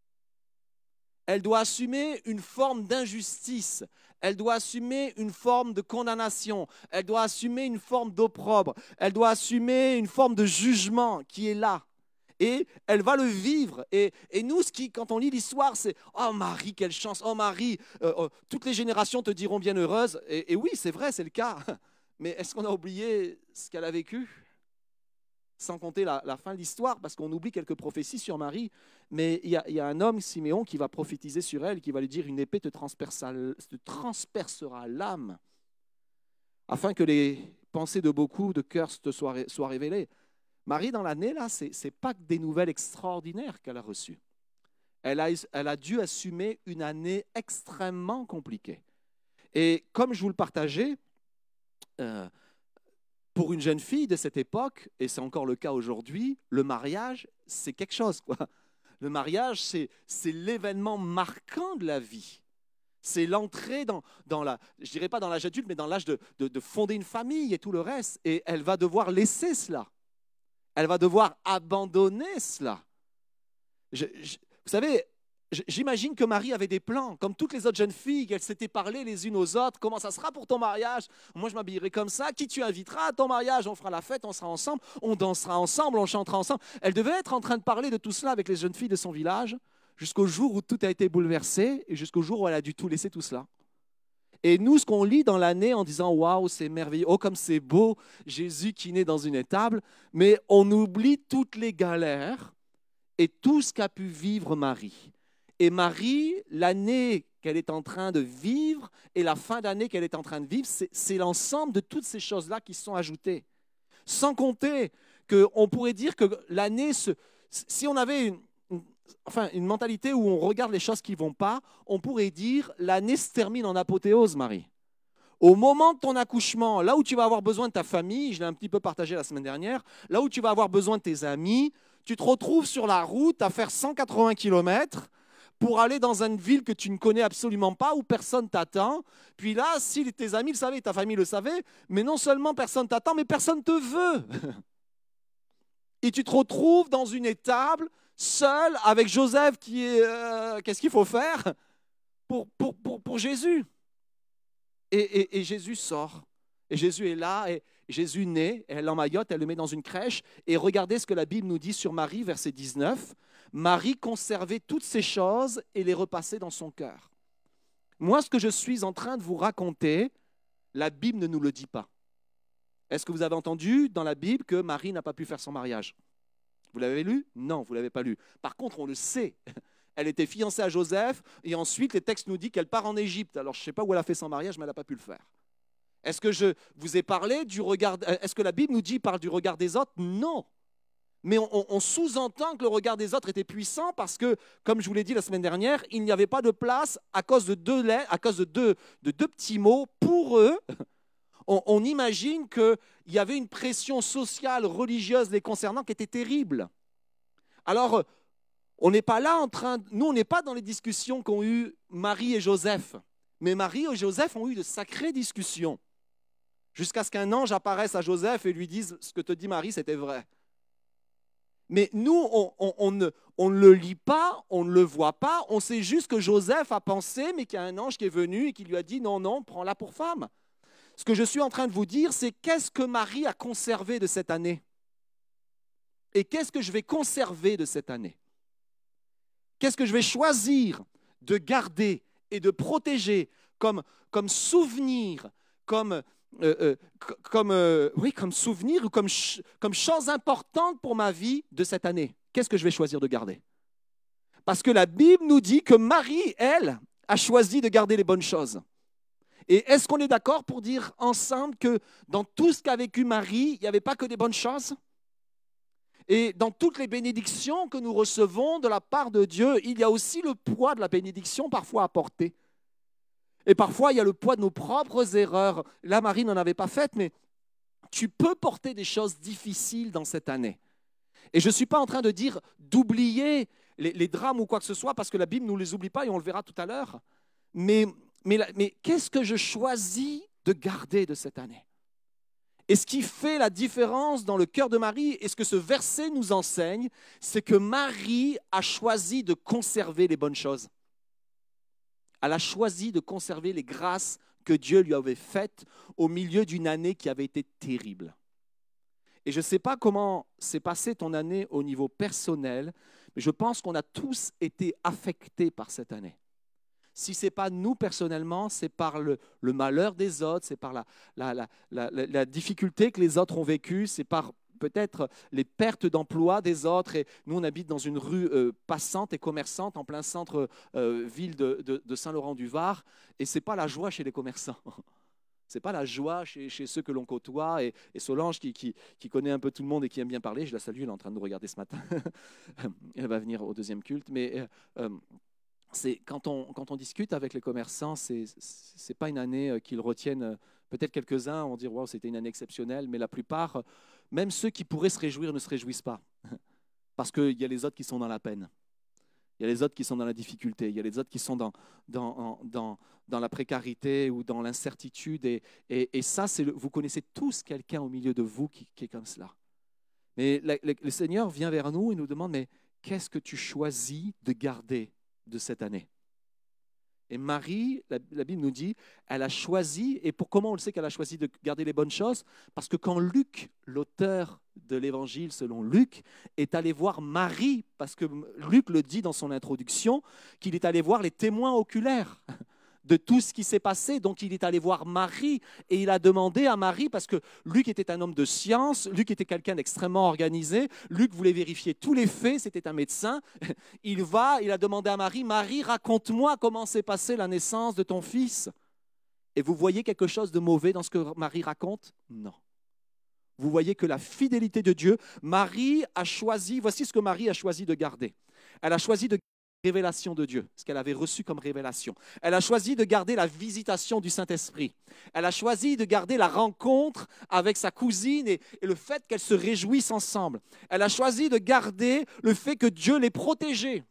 Elle doit assumer une forme d'injustice. Elle doit assumer une forme de condamnation. Elle doit assumer une forme d'opprobre. Elle doit assumer une forme de jugement qui est là. Et elle va le vivre. Et, et nous, ce qui, quand on lit l'histoire, c'est « Oh Marie, quelle chance! Oh Marie, euh, euh, toutes les générations te diront bienheureuse. » Et, et oui, c'est vrai, c'est le cas. Mais est-ce qu'on a oublié ce qu'elle a vécu ? Sans compter la, la fin de l'histoire, parce qu'on oublie quelques prophéties sur Marie, mais il y, a, il y a un homme, Siméon, qui va prophétiser sur elle, qui va lui dire « Une épée te transpercera, te transpercera l'âme, afin que les pensées de beaucoup de cœurs te soient, soient révélées. » Marie, dans l'année, là, ce n'est pas que des nouvelles extraordinaires qu'elle a reçues. Elle a, elle a dû assumer une année extrêmement compliquée. Et comme je vous le partageais, euh, pour une jeune fille de cette époque, et c'est encore le cas aujourd'hui, le mariage, c'est quelque chose, quoi. Le mariage, c'est, c'est l'événement marquant de la vie. C'est l'entrée dans, dans la, je dirais pas dans l'âge adulte, mais dans l'âge de, de, de fonder une famille et tout le reste. Et elle va devoir laisser cela. Elle va devoir abandonner cela. Je, je, vous savez, j'imagine que Marie avait des plans, comme toutes les autres jeunes filles, qu'elles s'étaient parlé les unes aux autres. Comment ça sera pour ton mariage? Moi, je m'habillerai comme ça. Qui tu inviteras à ton mariage? On fera la fête, on sera ensemble, on dansera ensemble, on chantera ensemble. Elle devait être en train de parler de tout cela avec les jeunes filles de son village, jusqu'au jour où tout a été bouleversé et jusqu'au jour où elle a dû tout laisser, tout cela. Et nous, ce qu'on lit dans l'année en disant « Waouh, c'est merveilleux, oh comme c'est beau, Jésus qui naît dans une étable », mais on oublie toutes les galères et tout ce qu'a pu vivre Marie. Et Marie, l'année qu'elle est en train de vivre et la fin d'année qu'elle est en train de vivre, c'est, c'est l'ensemble de toutes ces choses-là qui se sont ajoutées. Sans compter qu'on pourrait dire que l'année, se, si on avait une, une, enfin, une mentalité où on regarde les choses qui ne vont pas, on pourrait dire l'année se termine en apothéose, Marie. Au moment de ton accouchement, là où tu vas avoir besoin de ta famille, je l'ai un petit peu partagé la semaine dernière, là où tu vas avoir besoin de tes amis, tu te retrouves sur la route à faire cent quatre-vingts kilomètres pour aller dans une ville que tu ne connais absolument pas, où personne t'attend. Puis là, si tes amis le savaient, ta famille le savait, mais non seulement personne t'attend, mais personne te veut. Et tu te retrouves dans une étable, seul, avec Joseph qui est... Euh, qu'est-ce qu'il faut faire pour, pour, pour, pour Jésus? Et, et, et Jésus sort. Et Jésus est là, et Jésus naît, elle l'emmaillote, elle le met dans une crèche. Et regardez ce que la Bible nous dit sur Marie, verset dix-neuf. Marie conservait toutes ces choses et les repassait dans son cœur. Moi, ce que je suis en train de vous raconter, la Bible ne nous le dit pas. Est-ce que vous avez entendu dans la Bible que Marie n'a pas pu faire son mariage? Vous l'avez lu? Non, vous ne l'avez pas lu. Par contre, on le sait. Elle était fiancée à Joseph et ensuite, les textes nous disent qu'elle part en Égypte. Alors, je ne sais pas où elle a fait son mariage, mais elle n'a pas pu le faire. Est-ce que je vous ai parlé du regard? Est-ce que la Bible nous dit parle du regard des autres? Non. Mais on, on sous-entend que le regard des autres était puissant parce que, comme je vous l'ai dit la semaine dernière, il n'y avait pas de place à cause de deux, lettres, à cause de deux, de deux petits mots. Pour eux, on, on imagine qu'il y avait une pression sociale, religieuse les concernant qui était terrible. Alors, on n'est pas là en train... De, nous, on n'est pas dans les discussions qu'ont eues Marie et Joseph. Mais Marie et Joseph ont eu de sacrées discussions. Jusqu'à ce qu'un ange apparaisse à Joseph et lui dise « Ce que te dit Marie, c'était vrai ». Mais nous, on, on, on, ne, on ne le lit pas, on ne le voit pas, on sait juste que Joseph a pensé, mais qu'il y a un ange qui est venu et qui lui a dit « Non, non, prends-la pour femme ». Ce que je suis en train de vous dire, c'est qu'est-ce que Marie a conservé de cette année? Et qu'est-ce que je vais conserver de cette année? Qu'est-ce que je vais choisir de garder et de protéger comme, comme souvenir, comme... Euh, euh, comme, euh, oui, comme souvenir ou comme, ch- comme chose importante pour ma vie de cette année. Qu'est-ce que je vais choisir de garder? Parce que la Bible nous dit que Marie, elle, a choisi de garder les bonnes choses. Et est-ce qu'on est d'accord pour dire ensemble que dans tout ce qu'a vécu Marie, il n'y avait pas que des bonnes choses? Et dans toutes les bénédictions que nous recevons de la part de Dieu, il y a aussi le poids de la bénédiction parfois à porter. Et parfois, il y a le poids de nos propres erreurs. Là, Marie n'en avait pas fait, mais tu peux porter des choses difficiles dans cette année. Et je ne suis pas en train de dire d'oublier les, les drames ou quoi que ce soit, parce que la Bible ne nous les oublie pas et on le verra tout à l'heure. Mais, mais, mais qu'est-ce que je choisis de garder de cette année? Et ce qui fait la différence dans le cœur de Marie, et ce que ce verset nous enseigne, c'est que Marie a choisi de conserver les bonnes choses. Elle a choisi de conserver les grâces que Dieu lui avait faites au milieu d'une année qui avait été terrible. Et je ne sais pas comment s'est passée ton année au niveau personnel, mais je pense qu'on a tous été affectés par cette année. Si ce n'est pas nous personnellement, c'est par le, le malheur des autres, c'est par la, la, la, la, la difficulté que les autres ont vécue, c'est par peut-être les pertes d'emploi des autres. Et nous, on habite dans une rue euh, passante et commerçante en plein centre-ville euh, de, de, de Saint-Laurent-du-Var. Et ce n'est pas la joie chez les commerçants. Ce n'est pas la joie chez, chez ceux que l'on côtoie. Et, et Solange, qui, qui, qui connaît un peu tout le monde et qui aime bien parler, je la salue, elle est en train de nous regarder ce matin. Elle va venir au deuxième culte. Mais euh, c'est, quand, on, quand on discute avec les commerçants, ce n'est pas une année qu'ils retiennent. Peut-être quelques-uns vont dire wow, c'était une année exceptionnelle, mais la plupart, même ceux qui pourraient se réjouir, ne se réjouissent pas. Parce qu'il y a les autres qui sont dans la peine. Il y a les autres qui sont dans la difficulté. Il y a les autres qui sont dans, dans, dans, dans la précarité ou dans l'incertitude. Et, et, et ça, c'est le, vous connaissez tous quelqu'un au milieu de vous qui, qui est comme cela. Mais le, le, le Seigneur vient vers nous et nous demande, mais qu'est-ce que tu choisis de garder de cette année? Et Marie, la, la Bible nous dit, elle a choisi, et pour comment on le sait qu'elle a choisi de garder les bonnes choses? Parce que quand Luc, l'auteur de l'évangile selon Luc, est allé voir Marie, parce que Luc le dit dans son introduction, qu'il est allé voir les témoins oculaires de tout ce qui s'est passé. Donc il est allé voir Marie et il a demandé à Marie, parce que Luc était un homme de science, Luc était quelqu'un d'extrêmement organisé, Luc voulait vérifier tous les faits, c'était un médecin. Il va, il a demandé à Marie, Marie, raconte-moi comment s'est passée la naissance de ton fils. Et vous voyez quelque chose de mauvais dans ce que Marie raconte? Non. Vous voyez que la fidélité de Dieu, Marie a choisi, voici ce que Marie a choisi de garder. Elle a choisi de révélation de Dieu, ce qu'elle avait reçu comme révélation. Elle a choisi de garder la visitation du Saint-Esprit. Elle a choisi de garder la rencontre avec sa cousine et, et le fait qu'elles se réjouissent ensemble. Elle a choisi de garder le fait que Dieu les protégeait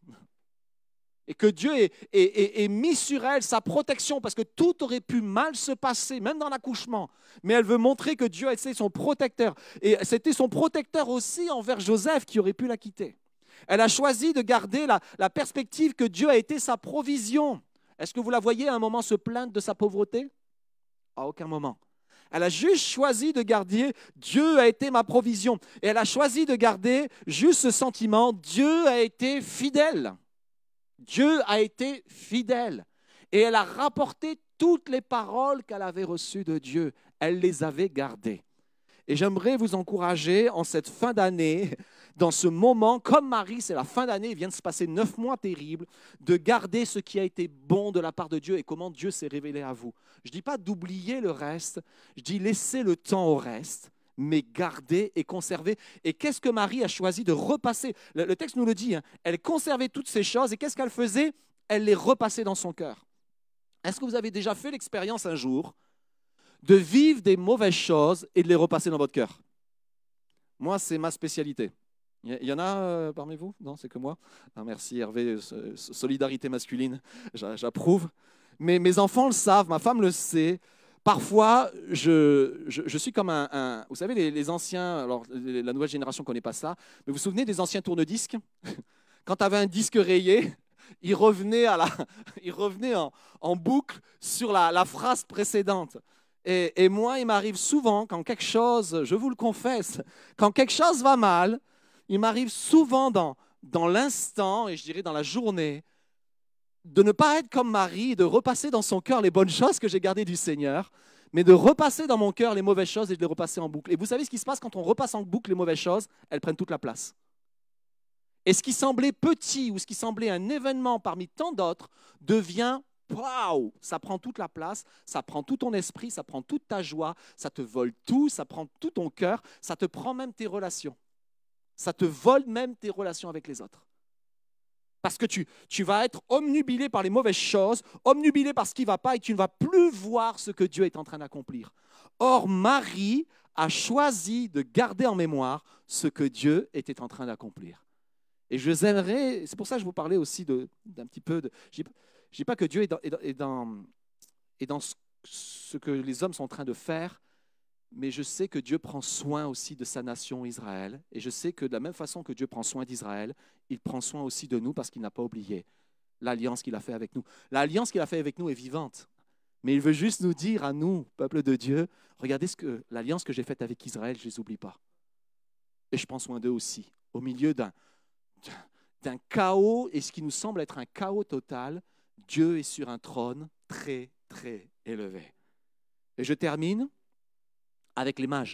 et que Dieu ait, ait, ait, ait mis sur elle sa protection, parce que tout aurait pu mal se passer, même dans l'accouchement. Mais elle veut montrer que Dieu était son protecteur. Et c'était son protecteur aussi envers Joseph qui aurait pu la quitter. Elle a choisi de garder la, la perspective que Dieu a été sa provision. Est-ce que vous la voyez à un moment se plaindre de sa pauvreté? À aucun moment. Elle a juste choisi de garder « Dieu a été ma provision ». Et elle a choisi de garder juste ce sentiment « Dieu a été fidèle ». Dieu a été fidèle. Et elle a rapporté toutes les paroles qu'elle avait reçues de Dieu. Elle les avait gardées. Et j'aimerais vous encourager en cette fin d'année, dans ce moment, comme Marie, c'est la fin d'année, il vient de se passer neuf mois terribles, de garder ce qui a été bon de la part de Dieu et comment Dieu s'est révélé à vous. Je ne dis pas d'oublier le reste, je dis laisser le temps au reste, mais garder et conserver. Et qu'est-ce que Marie a choisi de repasser? Le, le texte nous le dit, hein, elle conservait toutes ces choses et qu'est-ce qu'elle faisait? Elle les repassait dans son cœur. Est-ce que vous avez déjà fait l'expérience un jour de vivre des mauvaises choses et de les repasser dans votre cœur? Moi, c'est ma spécialité. Il y en a euh, parmi vous? Non, c'est que moi. Ah, merci Hervé, solidarité masculine, j'approuve. Mais mes enfants le savent, ma femme le sait. Parfois, je, je, je suis comme un, un... Vous savez, les, les anciens, alors la nouvelle génération ne connaît pas ça, mais vous vous souvenez des anciens tourne-disques? Quand tu avais un disque rayé, il revenait, à la, il revenait en, en boucle sur la, la phrase précédente. Et, et moi, il m'arrive souvent, quand quelque chose, je vous le confesse, quand quelque chose va mal, il m'arrive souvent dans, dans l'instant, et je dirais dans la journée, de ne pas être comme Marie, de repasser dans son cœur les bonnes choses que j'ai gardées du Seigneur, mais de repasser dans mon cœur les mauvaises choses et de les repasser en boucle. Et vous savez ce qui se passe quand on repasse en boucle les mauvaises choses? Elles prennent toute la place. Et ce qui semblait petit ou ce qui semblait un événement parmi tant d'autres devient waouh, ça prend toute la place, ça prend tout ton esprit, ça prend toute ta joie, ça te vole tout, ça prend tout ton cœur, ça te prend même tes relations. Ça te vole même tes relations avec les autres. Parce que tu, tu vas être omnubilé par les mauvaises choses, omnubilé par ce qui ne va pas et tu ne vas plus voir ce que Dieu est en train d'accomplir. Or, Marie a choisi de garder en mémoire ce que Dieu était en train d'accomplir. Et je vous aimerais, c'est pour ça que je vous parlais aussi de, d'un petit peu de... Je ne dis pas que Dieu est dans, est dans, est dans, est dans ce, ce que les hommes sont en train de faire, mais je sais que Dieu prend soin aussi de sa nation Israël. Et je sais que de la même façon que Dieu prend soin d'Israël, il prend soin aussi de nous parce qu'il n'a pas oublié l'alliance qu'il a fait avec nous. L'alliance qu'il a fait avec nous est vivante. Mais il veut juste nous dire à nous, peuple de Dieu, regardez ce que, l'alliance que j'ai faite avec Israël, je ne les oublie pas. Et je prends soin d'eux aussi. Au milieu d'un, d'un chaos, et ce qui nous semble être un chaos total, Dieu est sur un trône très, très élevé. Et je termine avec les mages.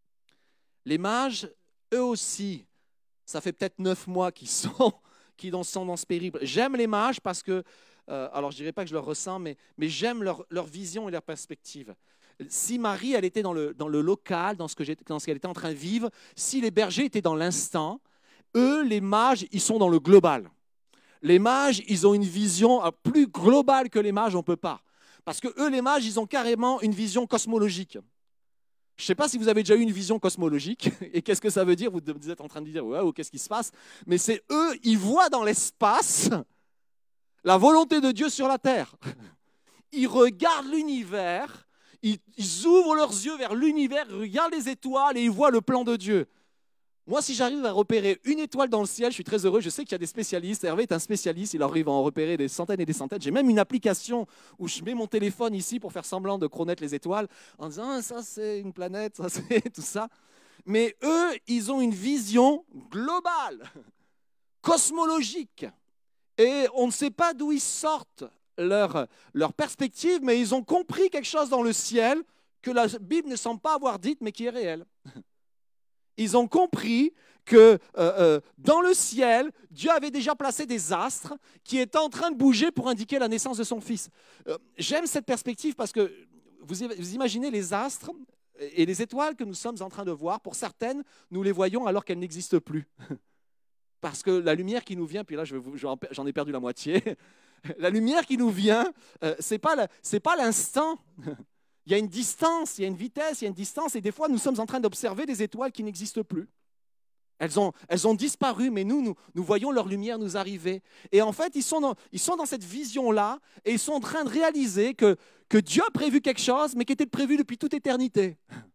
Les mages, eux aussi, ça fait peut-être neuf mois qu'ils sont, qu'ils sont dans ce périple. J'aime les mages parce que, euh, alors je ne dirais pas que je leur ressens, mais, mais j'aime leur, leur vision et leur perspective. Si Marie, elle était dans le, dans le local, dans ce que j'étais- dans ce qu'elle était en train de vivre, si les bergers étaient dans l'instant, eux, les mages, ils sont dans le global. Les mages, ils ont une vision plus globale que les mages, on ne peut pas. Parce que eux, les mages, ils ont carrément une vision cosmologique. Je ne sais pas si vous avez déjà eu une vision cosmologique, et qu'est-ce que ça veut dire? Vous êtes en train de dire, ouais, qu'est-ce qui se passe? Mais c'est eux, ils voient dans l'espace la volonté de Dieu sur la terre. Ils regardent l'univers, ils, ils ouvrent leurs yeux vers l'univers, ils regardent les étoiles et ils voient le plan de Dieu. Moi, si j'arrive à repérer une étoile dans le ciel, je suis très heureux. Je sais qu'il y a des spécialistes. Hervé est un spécialiste. Il arrive à en repérer des centaines et des centaines. J'ai même une application où je mets mon téléphone ici pour faire semblant de chronométrer les étoiles en disant ah, « ça, c'est une planète, ça, c'est tout ça ». Mais eux, ils ont une vision globale, cosmologique. Et on ne sait pas d'où ils sortent leur, leur perspective, mais ils ont compris quelque chose dans le ciel que la Bible ne semble pas avoir dit, mais qui est réel. Ils ont compris que euh, euh, dans le ciel, Dieu avait déjà placé des astres qui étaient en train de bouger pour indiquer la naissance de son fils. Euh, j'aime cette perspective parce que vous, vous imaginez les astres et les étoiles que nous sommes en train de voir. Pour certaines, nous les voyons alors qu'elles n'existent plus. Parce que la lumière qui nous vient, puis là je vais, j'en ai perdu la moitié, la lumière qui nous vient, euh, ce n'est pas, la, c'est pas l'instant. Il y a une distance, il y a une vitesse, il y a une distance, et des fois, nous sommes en train d'observer des étoiles qui n'existent plus. Elles ont, elles ont disparu, mais nous, nous, nous voyons leur lumière nous arriver. Et en fait, ils sont dans, ils sont dans cette vision-là, et ils sont en train de réaliser que, que Dieu a prévu quelque chose, mais qui était prévu depuis toute éternité.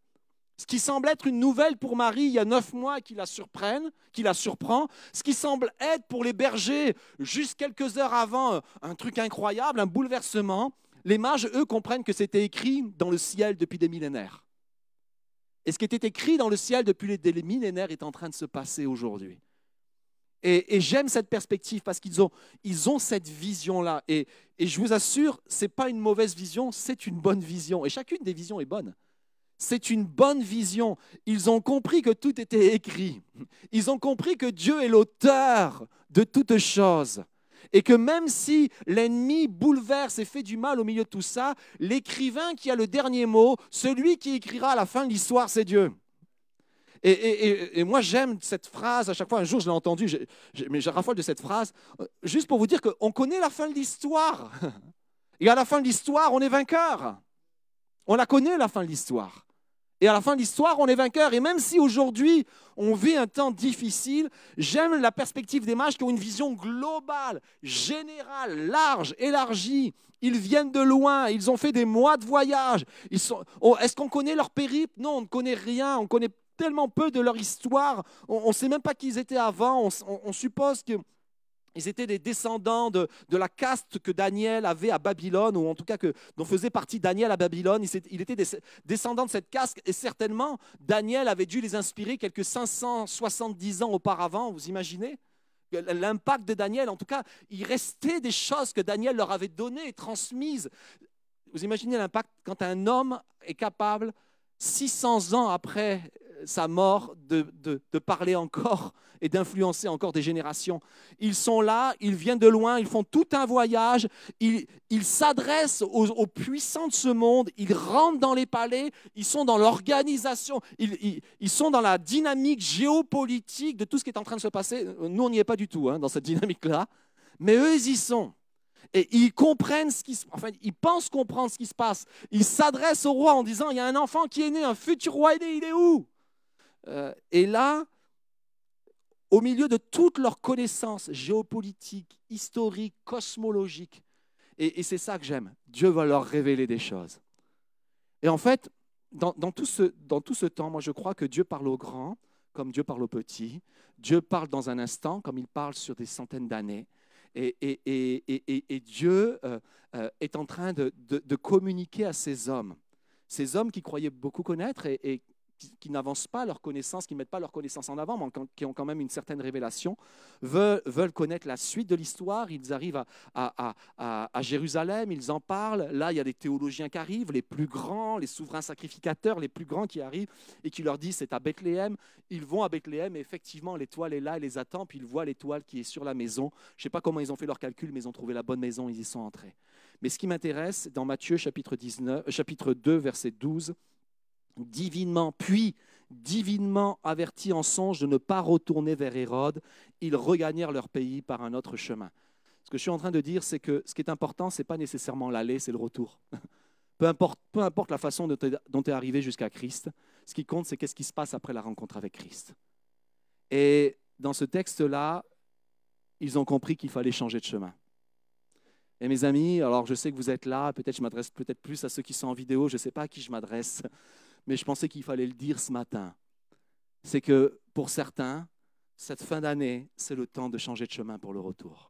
Ce qui semble être une nouvelle pour Marie il y a neuf mois qui la surprenne, qui la surprend, ce qui semble être pour les bergers, juste quelques heures avant, un truc incroyable, un bouleversement. Les mages, eux, comprennent que c'était écrit dans le ciel depuis des millénaires. Et ce qui était écrit dans le ciel depuis des millénaires est en train de se passer aujourd'hui. Et, et j'aime cette perspective parce qu'ils ont, ils ont cette vision-là. Et, et je vous assure, ce n'est pas une mauvaise vision, c'est une bonne vision. Et chacune des visions est bonne. C'est une bonne vision. Ils ont compris que tout était écrit. Ils ont compris que Dieu est l'auteur de toutes choses. Et que même si l'ennemi bouleverse et fait du mal au milieu de tout ça, l'écrivain qui a le dernier mot, celui qui écrira à la fin de l'histoire, c'est Dieu. Et, et, et, et moi, j'aime cette phrase. À chaque fois, un jour, je l'ai entendue, j'ai, j'ai, mais je raffole de cette phrase, juste pour vous dire qu'on connaît la fin de l'histoire. Et à la fin de l'histoire, on est vainqueur. On la connaît, la fin de l'histoire. Et à la fin de l'histoire, on est vainqueur. Et même si aujourd'hui, on vit un temps difficile, j'aime la perspective des mages qui ont une vision globale, générale, large, élargie. Ils viennent de loin, ils ont fait des mois de voyage. Ils sont... oh, est-ce qu'on connaît leur périple? Non, on ne connaît rien. On connaît tellement peu de leur histoire. On ne sait même pas qui ils étaient avant. On, on, on suppose que... Ils étaient des descendants de, de la caste que Daniel avait à Babylone, ou en tout cas que, dont faisait partie Daniel à Babylone. Il, il était des descendants de cette caste, et certainement, Daniel avait dû les inspirer quelques cinq cent soixante-dix ans auparavant, vous imaginez? L'impact de Daniel, en tout cas, il restait des choses que Daniel leur avait données et transmises. Vous imaginez l'impact quand un homme est capable, six cents ans après sa mort, de, de, de parler encore et d'influencer encore des générations. Ils sont là, ils viennent de loin, ils font tout un voyage, ils, ils s'adressent aux, aux puissants de ce monde, ils rentrent dans les palais, ils sont dans l'organisation, ils, ils, ils sont dans la dynamique géopolitique de tout ce qui est en train de se passer. Nous, on n'y est pas du tout hein, dans cette dynamique-là, mais eux, ils y sont. Et ils comprennent ce qui se passe, enfin, ils pensent comprendre ce qui se passe. Ils s'adressent au roi en disant, il y a un enfant qui est né, un futur roi est né, il est où? euh, Et là, au milieu de toutes leurs connaissances géopolitiques, historiques, cosmologiques, et, et c'est ça que j'aime, Dieu va leur révéler des choses. Et en fait, dans, dans, tout ce, dans tout ce temps, moi je crois que Dieu parle aux grands comme Dieu parle aux petits. Dieu parle dans un instant comme il parle sur des centaines d'années. Et, et, et, et, et Dieu euh, euh, est en train de, de, de communiquer à ces hommes. Ces hommes qui croyaient beaucoup connaître et, et qui, qui n'avancent pas leur connaissance, qui ne mettent pas leur connaissance en avant, mais qui ont quand même une certaine révélation, veulent, veulent connaître la suite de l'histoire. Ils arrivent à, à, à, à Jérusalem, ils en parlent. Là, il y a des théologiens qui arrivent, les plus grands, les souverains sacrificateurs, les plus grands qui arrivent et qui leur disent c'est à Bethléem. Ils vont à Bethléem et effectivement, l'étoile est là, elle les attend, puis ils voient l'étoile qui est sur la maison. Je ne sais pas comment ils ont fait leur calcul, mais ils ont trouvé la bonne maison, ils y sont entrés. Mais ce qui m'intéresse, dans Matthieu chapitre, dix-neuf, chapitre deux, verset douze, divinement, puis divinement avertis en songe de ne pas retourner vers Hérode, ils regagnèrent leur pays par un autre chemin. Ce que je suis en train de dire, c'est que ce qui est important, ce n'est pas nécessairement l'aller, c'est le retour. Peu importe, peu importe la façon dont tu es arrivé jusqu'à Christ, ce qui compte, c'est qu'est-ce qui se passe après la rencontre avec Christ. Et dans ce texte-là, ils ont compris qu'il fallait changer de chemin. Et mes amis, alors je sais que vous êtes là, peut-être je m'adresse peut-être plus à ceux qui sont en vidéo, je ne sais pas à qui je m'adresse, mais je pensais qu'il fallait le dire ce matin. C'est que pour certains, cette fin d'année, c'est le temps de changer de chemin pour le retour.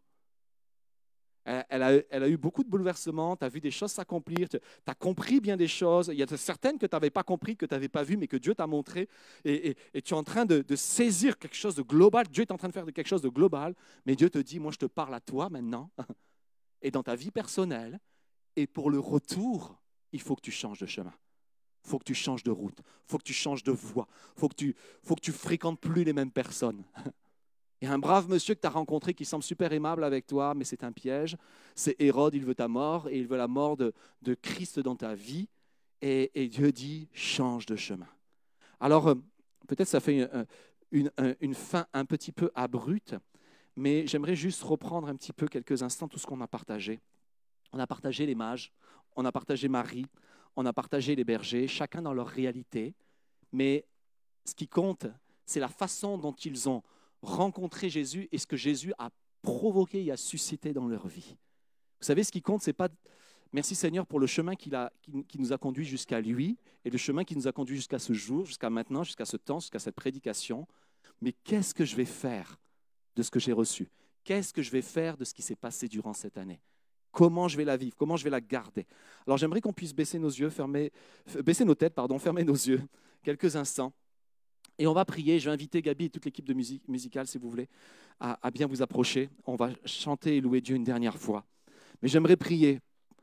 Elle, elle, a, elle a eu beaucoup de bouleversements, tu as vu des choses s'accomplir, tu as compris bien des choses, il y a certaines que tu n'avais pas compris, que tu n'avais pas vues, mais que Dieu t'a montré, et, et, et tu es en train de, de saisir quelque chose de global, Dieu est en train de faire quelque chose de global, mais Dieu te dit, moi je te parle à toi maintenant, et dans ta vie personnelle, et pour le retour, il faut que tu changes de chemin. Il faut que tu changes de route, il faut que tu changes de voie, il faut que tu faut que tu fréquentes plus les mêmes personnes. Il y a un brave monsieur que tu as rencontré qui semble super aimable avec toi, mais c'est un piège. C'est Hérode, il veut ta mort, et il veut la mort de, de Christ dans ta vie. Et, et Dieu dit, change de chemin. Alors, euh, peut-être ça fait une, une, une fin un petit peu abrupte, mais j'aimerais juste reprendre un petit peu quelques instants tout ce qu'on a partagé. On a partagé les mages, on a partagé Marie, on a partagé les bergers, chacun dans leur réalité. Mais ce qui compte, c'est la façon dont ils ont rencontré Jésus et ce que Jésus a provoqué et a suscité dans leur vie. Vous savez, ce qui compte, c'est pas... Merci Seigneur pour le chemin qu'il a, qui, qui nous a conduit jusqu'à lui et le chemin qui nous a conduit jusqu'à ce jour, jusqu'à maintenant, jusqu'à ce temps, jusqu'à cette prédication. Mais qu'est-ce que je vais faire de ce que j'ai reçu? Qu'est-ce que je vais faire de ce qui s'est passé durant cette année? Comment je vais la vivre? Comment je vais la garder? Alors j'aimerais qu'on puisse baisser nos yeux, fermer, baisser nos têtes, pardon, fermer nos yeux quelques instants. Et on va prier. Je vais inviter Gabi et toute l'équipe de musique musicale, si vous voulez, à, à bien vous approcher. On va chanter et louer Dieu une dernière fois. Mais j'aimerais prier.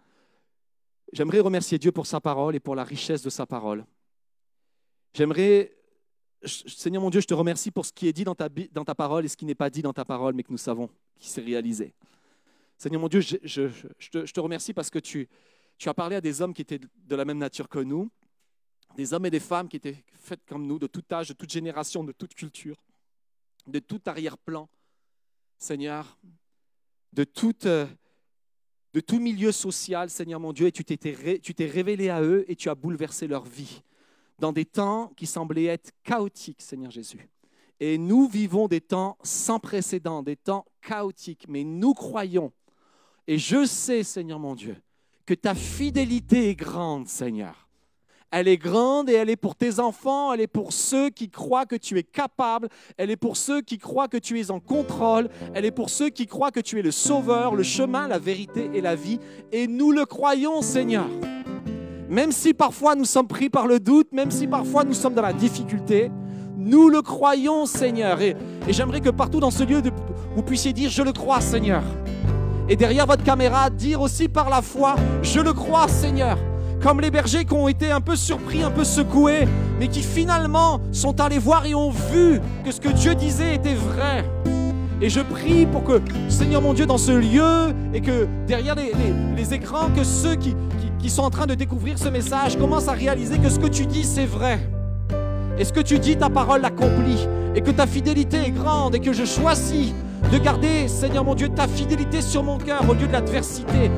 J'aimerais remercier Dieu pour sa parole et pour la richesse de sa parole. J'aimerais, Seigneur mon Dieu, je te remercie pour ce qui est dit dans ta, dans ta parole et ce qui n'est pas dit dans ta parole, mais que nous savons qui s'est réalisé. Seigneur mon Dieu, je, je, je, te, je te remercie parce que tu, tu as parlé à des hommes qui étaient de la même nature que nous, des hommes et des femmes qui étaient faits comme nous, de tout âge, de toute génération, de toute culture, de tout arrière-plan, Seigneur, de, toute, de tout milieu social, Seigneur mon Dieu, et tu t'es, tu t'es révélé à eux et tu as bouleversé leur vie dans des temps qui semblaient être chaotiques, Seigneur Jésus. Et nous vivons des temps sans précédent, des temps chaotiques, mais nous croyons. Et je sais, Seigneur mon Dieu, que ta fidélité est grande, Seigneur. Elle est grande et elle est pour tes enfants, elle est pour ceux qui croient que tu es capable, elle est pour ceux qui croient que tu es en contrôle, elle est pour ceux qui croient que tu es le sauveur, le chemin, la vérité et la vie. Et nous le croyons, Seigneur. Même si parfois nous sommes pris par le doute, même si parfois nous sommes dans la difficulté, nous le croyons, Seigneur. Et, et j'aimerais que partout dans ce lieu, de, vous puissiez dire « Je le crois, Seigneur ». Et derrière votre caméra, dire aussi par la foi « Je le crois, Seigneur ». Comme les bergers qui ont été un peu surpris, un peu secoués, mais qui finalement sont allés voir et ont vu que ce que Dieu disait était vrai. Et je prie pour que, Seigneur mon Dieu, dans ce lieu, et que derrière les, les, les écrans, que ceux qui, qui, qui sont en train de découvrir ce message commencent à réaliser que ce que tu dis, c'est vrai. Et ce que tu dis, ta parole l'accomplit. Et que ta fidélité est grande et que je choisis de garder, Seigneur mon Dieu, ta fidélité sur mon cœur au lieu de l'adversité.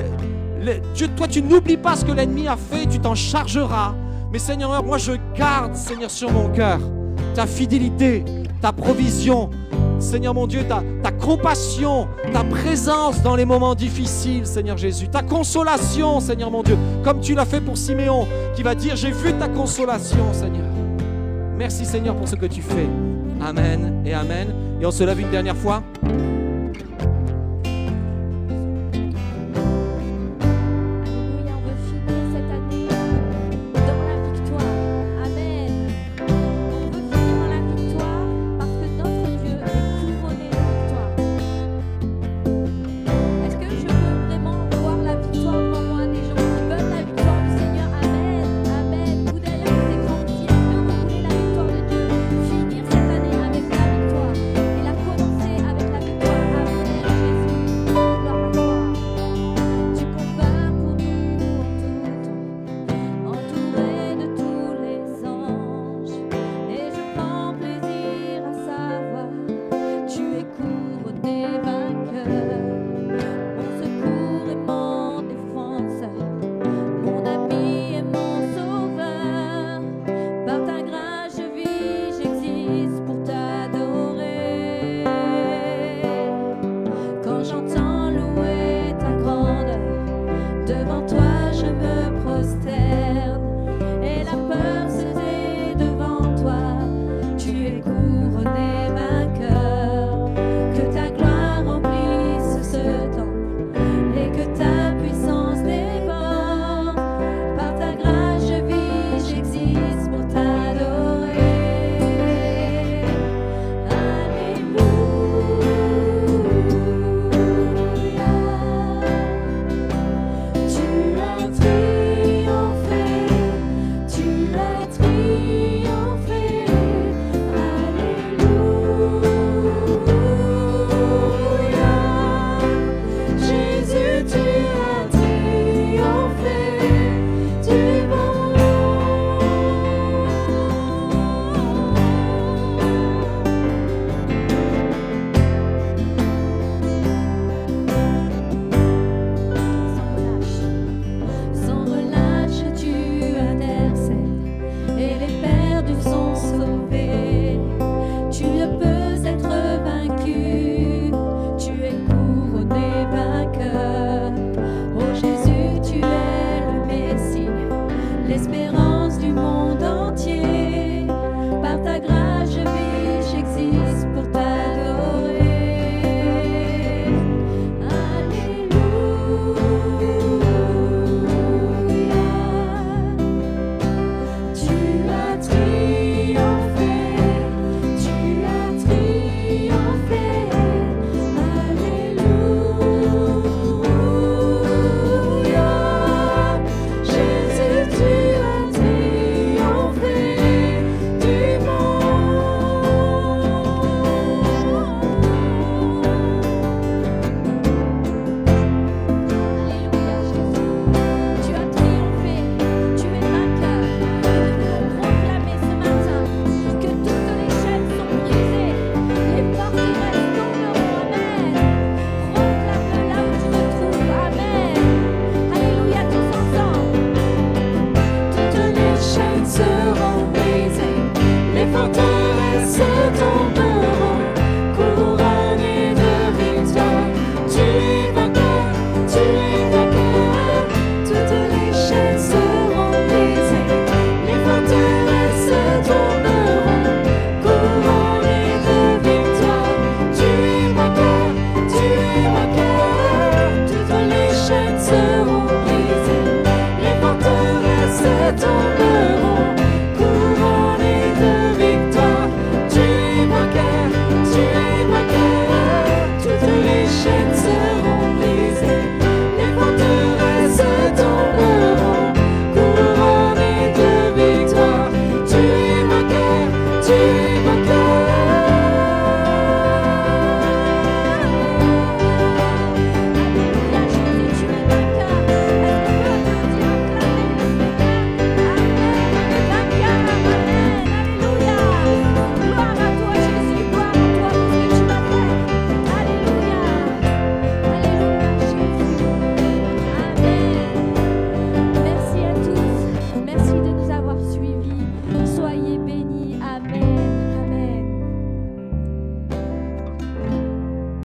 Dieu, toi, tu n'oublies pas ce que l'ennemi a fait, tu t'en chargeras. Mais Seigneur, moi, je garde, Seigneur, sur mon cœur ta fidélité, ta provision, Seigneur mon Dieu, ta, ta compassion, ta présence dans les moments difficiles, Seigneur Jésus, ta consolation, Seigneur mon Dieu, comme tu l'as fait pour Siméon, qui va dire, j'ai vu ta consolation, Seigneur. Merci, Seigneur, pour ce que tu fais. Amen et amen. Et on se lève une dernière fois.